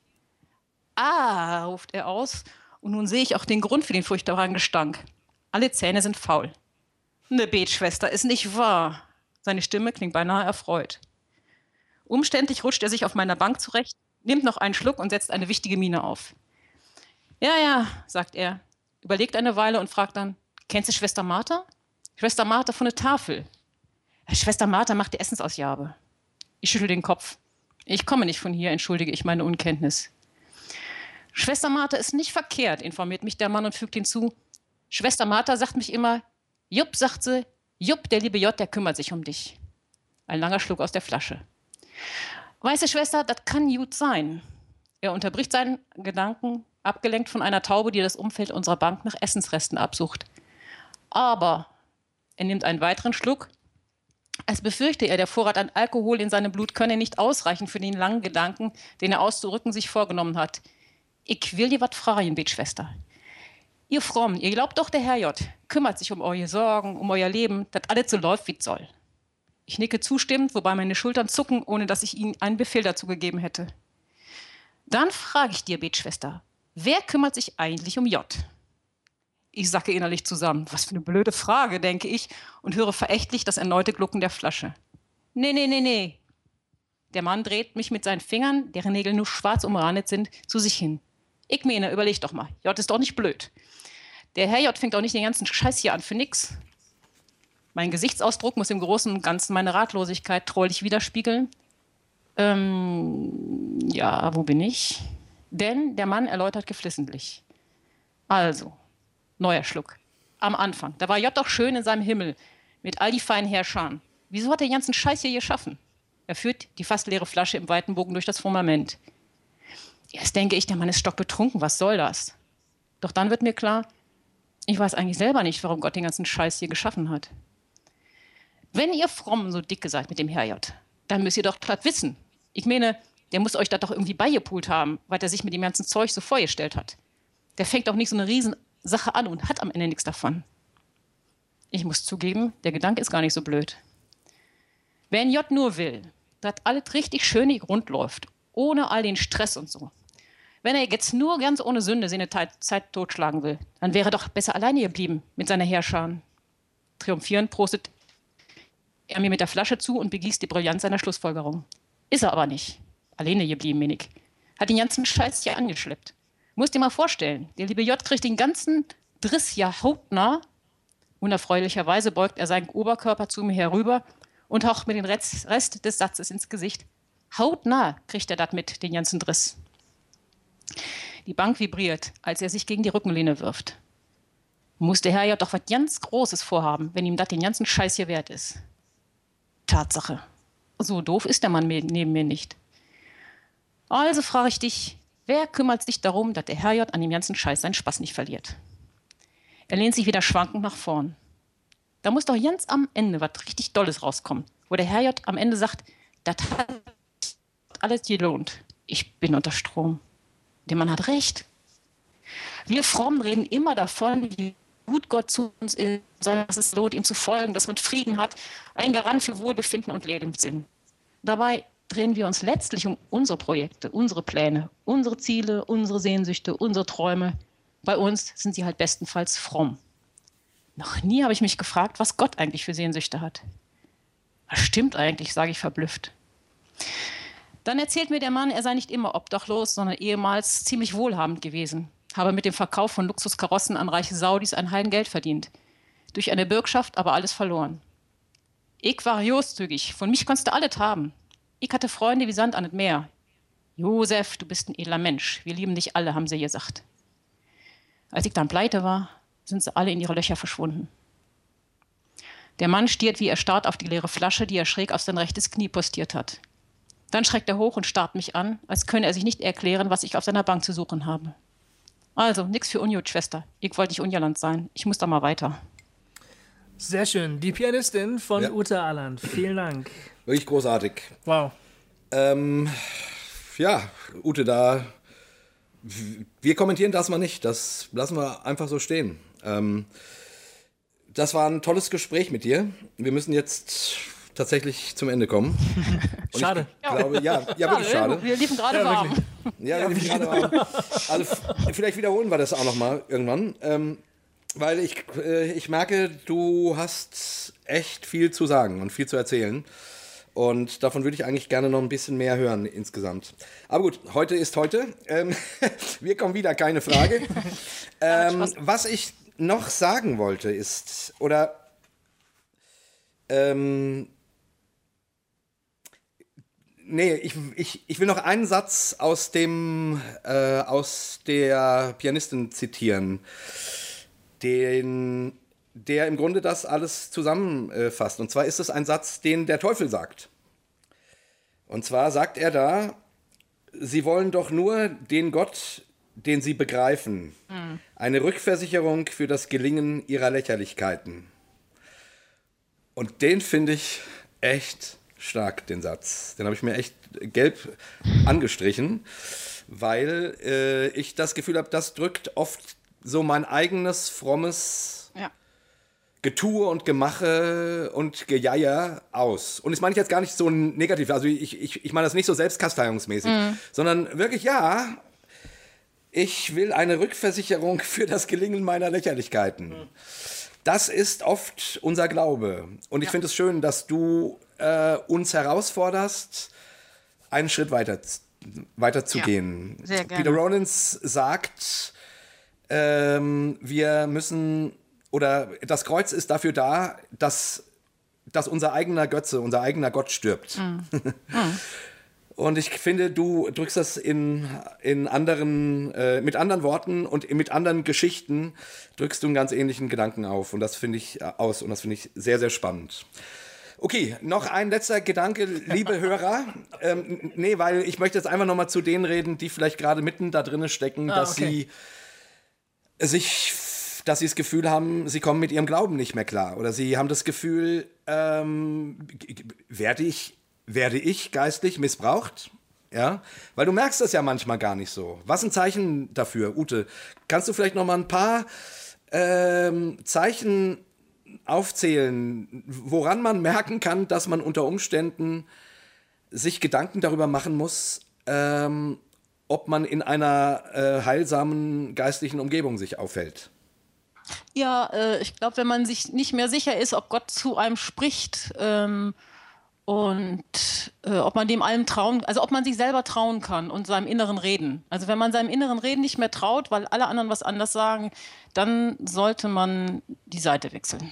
Ah, ruft er aus, und nun sehe ich auch den Grund für den furchtbaren Gestank. Alle Zähne sind faul. Ne Betschwester, ist nicht wahr. Seine Stimme klingt beinahe erfreut. Umständlich rutscht er sich auf meiner Bank zurecht, nimmt noch einen Schluck und setzt eine wichtige Miene auf. Ja, ja, sagt er, überlegt eine Weile und fragt dann, kennst du Schwester Martha? Schwester Martha von der Tafel. Schwester Martha macht die Essensausgabe. Ich schüttel den Kopf. Ich komme nicht von hier, entschuldige ich meine Unkenntnis. Schwester Martha ist nicht verkehrt, informiert mich der Mann und fügt hinzu. Schwester Martha sagt mich immer, Jupp, sagt sie, Jupp, der liebe J, der kümmert sich um dich. Ein langer Schluck aus der Flasche. Weißt du, Schwester, das kann gut sein. Er unterbricht seinen Gedanken, abgelenkt von einer Taube, die das Umfeld unserer Bank nach Essensresten absucht. Aber er nimmt einen weiteren Schluck, als befürchte er, der Vorrat an Alkohol in seinem Blut könne nicht ausreichen für den langen Gedanken, den er auszurücken sich vorgenommen hat. Ich will dir was fragen, Betschwester. Ihr Frommen, ihr glaubt doch, der Herr J. kümmert sich um eure Sorgen, um euer Leben, dass alles so läuft, wie es soll. Ich nicke zustimmend, wobei meine Schultern zucken, ohne dass ich ihnen einen Befehl dazu gegeben hätte. Dann frage ich dir, Betschwester, wer kümmert sich eigentlich um J? Ich sacke innerlich zusammen. Was für eine blöde Frage, denke ich, und höre verächtlich das erneute Glucken der Flasche. Nee, nee, nee, nee. Der Mann dreht mich mit seinen Fingern, deren Nägel nur schwarz umrandet sind, zu sich hin. Ich meine, überleg doch mal, J ist doch nicht blöd. Der Herr J fängt auch nicht den ganzen Scheiß hier an für nix. Mein Gesichtsausdruck muss im Großen und Ganzen meine Ratlosigkeit treulich widerspiegeln. Ähm, ja, wo bin ich? Denn der Mann erläutert geflissentlich. Also, neuer Schluck. Am Anfang, da war J doch schön in seinem Himmel, mit all die feinen Herrschern. Wieso hat er den ganzen Scheiß hier geschaffen? Er führt die fast leere Flasche im weiten Bogen durch das Firmament. Erst denke ich, der Mann ist stockbetrunken, was soll das? Doch dann wird mir klar, ich weiß eigentlich selber nicht, warum Gott den ganzen Scheiß hier geschaffen hat. Wenn ihr Frommen so dicke seid mit dem Herr J, dann müsst ihr doch glatt wissen. Ich meine, der muss euch das doch irgendwie beigepult haben, weil er sich mit dem ganzen Zeug so vorgestellt hat. Der fängt doch nicht so eine Riesensache an und hat am Ende nichts davon. Ich muss zugeben, der Gedanke ist gar nicht so blöd. Wenn J nur will, dass alles richtig schön in Grund läuft, ohne all den Stress und so. Wenn er jetzt nur ganz ohne Sünde seine Zeit totschlagen will, dann wäre er doch besser alleine geblieben mit seiner Heerscharen. Triumphierend prostet er mir mit der Flasche zu und begießt die Brillanz seiner Schlussfolgerung. Ist er aber nicht. Alleine geblieben, Minik. Hat den ganzen Scheiß hier angeschleppt. Musst dir mal vorstellen, der liebe J kriegt den ganzen Driss ja hautnah. Unerfreulicherweise beugt er seinen Oberkörper zu mir herüber und haucht mir den Rest des Satzes ins Gesicht. Hautnah kriegt er das mit, den ganzen Driss. Die Bank vibriert, als er sich gegen die Rückenlehne wirft. Muss der Herr ja doch was ganz Großes vorhaben, wenn ihm das den ganzen Scheiß hier wert ist. Tatsache. So doof ist der Mann neben mir nicht. Also frage ich dich, wer kümmert sich darum, dass der Herr J an dem ganzen Scheiß seinen Spaß nicht verliert? Er lehnt sich wieder schwankend nach vorn. Da muss doch ganz am Ende was richtig Dolles rauskommen, wo der Herr J am Ende sagt, das hat alles gelohnt. Ich bin unter Strom. Der Mann hat recht. Wir Frommen reden immer davon, wie gut Gott zu uns ist, dass es lohnt, ihm zu folgen, dass man Frieden hat, ein Garant für Wohlbefinden und Lebenssinn. Dabei drehen wir uns letztlich um unsere Projekte, unsere Pläne, unsere Ziele, unsere Sehnsüchte, unsere Träume. Bei uns sind sie halt bestenfalls fromm. Noch nie habe ich mich gefragt, was Gott eigentlich für Sehnsüchte hat. Was stimmt eigentlich, sage ich verblüfft. Dann erzählt mir der Mann, er sei nicht immer obdachlos, sondern ehemals ziemlich wohlhabend gewesen, habe mit dem Verkauf von Luxuskarossen an reiche Saudis ein Heidengeld verdient. Durch eine Bürgschaft aber alles verloren. Ich war großzügig, von mich konntest du alles haben. Ich hatte Freunde wie Sand an das Meer. Josef, du bist ein edler Mensch, wir lieben dich alle, haben sie gesagt. Als ich dann pleite war, sind sie alle in ihre Löcher verschwunden. Der Mann stiert wie erstarrt auf die leere Flasche, die er schräg auf sein rechtes Knie postiert hat. Dann schreckt er hoch und starrt mich an, als könne er sich nicht erklären, was ich auf seiner Bank zu suchen habe. Also, nix für Unjut, Schwester. Ich wollte nicht Unjaland sein. Ich muss da mal weiter. Sehr schön. Die Pianistin von Ja. Ute Aland. Vielen Dank. Wirklich großartig. Wow. Ähm, ja, Ute, da. Wir kommentieren das mal nicht. Das lassen wir einfach so stehen. Ähm, das war ein tolles Gespräch mit dir. Wir müssen jetzt tatsächlich zum Ende kommen. Und Schade. Ich glaube, ja, ja, wirklich schade. Wir liefen gerade Ja, warm. wirklich. Ja, ja gerade warm. Also f- vielleicht wiederholen wir das auch noch mal irgendwann. Ähm, weil ich, äh, ich merke, du hast echt viel zu sagen und viel zu erzählen. Und davon würde ich eigentlich gerne noch ein bisschen mehr hören insgesamt. Aber gut, heute ist heute. Ähm, wir kommen wieder, keine Frage. ähm, was ich noch sagen wollte ist, oder ähm, nee, ich, ich, ich will noch einen Satz aus dem äh, aus der Pianistin zitieren, den, der im Grunde das alles zusammenfasst. Und zwar ist es ein Satz, den der Teufel sagt. Und zwar sagt er da, sie wollen doch nur den Gott, den sie begreifen, mhm. eine Rückversicherung für das Gelingen ihrer Lächerlichkeiten. Und den finde ich echt stark, den Satz. Den habe ich mir echt gelb angestrichen, weil äh, ich das Gefühl habe, das drückt oft so mein eigenes frommes Ja. Getue und Gemache und Gejeier aus. Und das meine ich jetzt gar nicht so negativ, also ich, ich, ich meine das nicht so selbstkasteiungsmäßig, mhm. sondern wirklich, ja, ich will eine Rückversicherung für das Gelingen meiner Lächerlichkeiten. Mhm. Das ist oft unser Glaube. Und ich ja. finde es schön, dass du äh, uns herausforderst, einen Schritt weiter, weiter zu ja. gehen. Sehr gerne. Peter Rollins sagt, ähm, wir müssen, oder das Kreuz ist dafür da, dass, dass unser eigener Götze, unser eigener Gott stirbt. Mm. Mm. Und ich finde, du drückst das in, in anderen, äh, mit anderen Worten und mit anderen Geschichten drückst du einen ganz ähnlichen Gedanken auf. Und das finde ich äh, aus und das finde ich sehr, sehr spannend. Okay, noch ein letzter Gedanke, liebe Hörer. Ähm, nee, weil ich möchte jetzt einfach nochmal zu denen reden, die vielleicht gerade mitten da drinnen stecken, ah, dass okay. sie sich, dass sie das Gefühl haben, sie kommen mit ihrem Glauben nicht mehr klar. Oder sie haben das Gefühl, ähm, werde ich, werde ich geistlich missbraucht? Ja, weil du merkst das ja manchmal gar nicht so. Was ein Zeichen dafür, Ute? Kannst du vielleicht noch mal ein paar ähm, Zeichen aufzählen, woran man merken kann, dass man unter Umständen sich Gedanken darüber machen muss, ähm, ob man in einer äh, heilsamen geistlichen Umgebung sich aufhält? Ja, äh, ich glaube, wenn man sich nicht mehr sicher ist, ob Gott zu einem spricht ähm, und äh, ob man dem allem trauen, also ob man sich selber trauen kann und seinem inneren Reden. Also wenn man seinem inneren Reden nicht mehr traut, weil alle anderen was anders sagen, dann sollte man die Seite wechseln.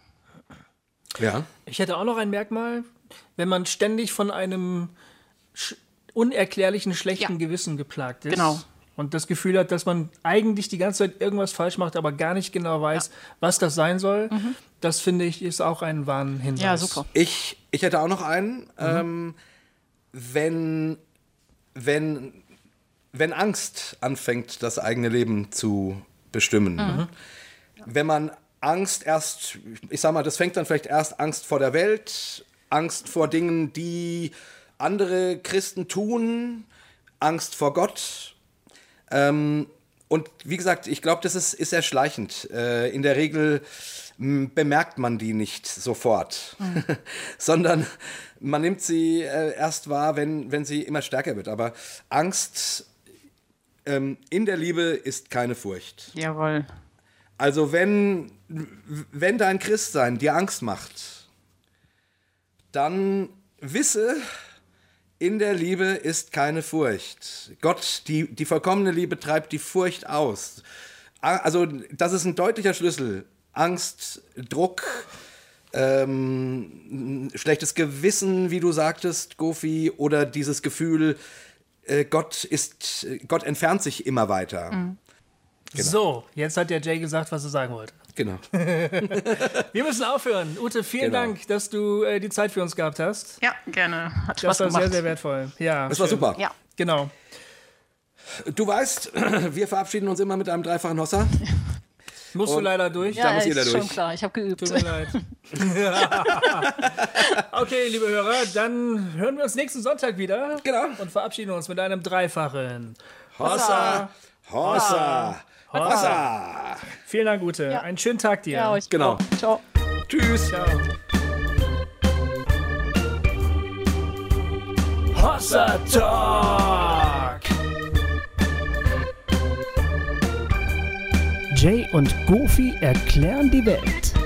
Ja. Ich hätte auch noch ein Merkmal, wenn man ständig von einem sch- unerklärlichen schlechten Ja. Gewissen geplagt ist. Genau. Und das Gefühl hat, dass man eigentlich die ganze Zeit irgendwas falsch macht, aber gar nicht genau weiß, ja. was das sein soll. Mhm. Das finde ich ist auch ein Warnhinweis. Ja, super. Ich, ich hätte auch noch einen. Mhm. Ähm, wenn, wenn, wenn Angst anfängt, das eigene Leben zu bestimmen. Mhm. Wenn man Angst erst, ich sag mal, das fängt dann vielleicht erst Angst vor der Welt, Angst vor Dingen, die andere Christen tun, Angst vor Gott. Ähm, und wie gesagt, ich glaube, das ist, ist sehr schleichend. Äh, in der Regel m, bemerkt man die nicht sofort, mhm. sondern man nimmt sie äh, erst wahr, wenn, wenn sie immer stärker wird. Aber Angst ähm, in der Liebe ist keine Furcht. Jawohl. Also wenn, wenn dein Christsein dir Angst macht, dann wisse, in der Liebe ist keine Furcht. Gott, die, die vollkommene Liebe treibt die Furcht aus. Also das ist ein deutlicher Schlüssel. Angst, Druck, ähm, schlechtes Gewissen, wie du sagtest, Gofi, oder dieses Gefühl, äh, Gott ist, Gott entfernt sich immer weiter. Mhm. Genau. So, jetzt hat der Jay gesagt, was er sagen wollte. Genau. Wir müssen aufhören. Ute, vielen Genau. Dank, dass du äh, die Zeit für uns gehabt hast. Ja, gerne. Hat Das Spaß war gemacht. sehr, sehr wertvoll. Ja, Das war schön. super. Ja. Genau. Du weißt, wir verabschieden uns immer mit einem dreifachen Hossa. Musst du Und- leider durch. Ja, muss ist jeder schon durch. klar. Ich habe geübt. Tut mir leid. Okay, liebe Hörer, dann hören wir uns nächsten Sonntag wieder. Genau. Und verabschieden uns mit einem dreifachen. Hossa, Hossa, Hossa. Vielen Dank, Ute. Ja. Einen schönen Tag dir. Ja, euch Genau. auch. Ciao. Tschüss. Ciao. Hossa Talk. Jay und Goofy erklären die Welt.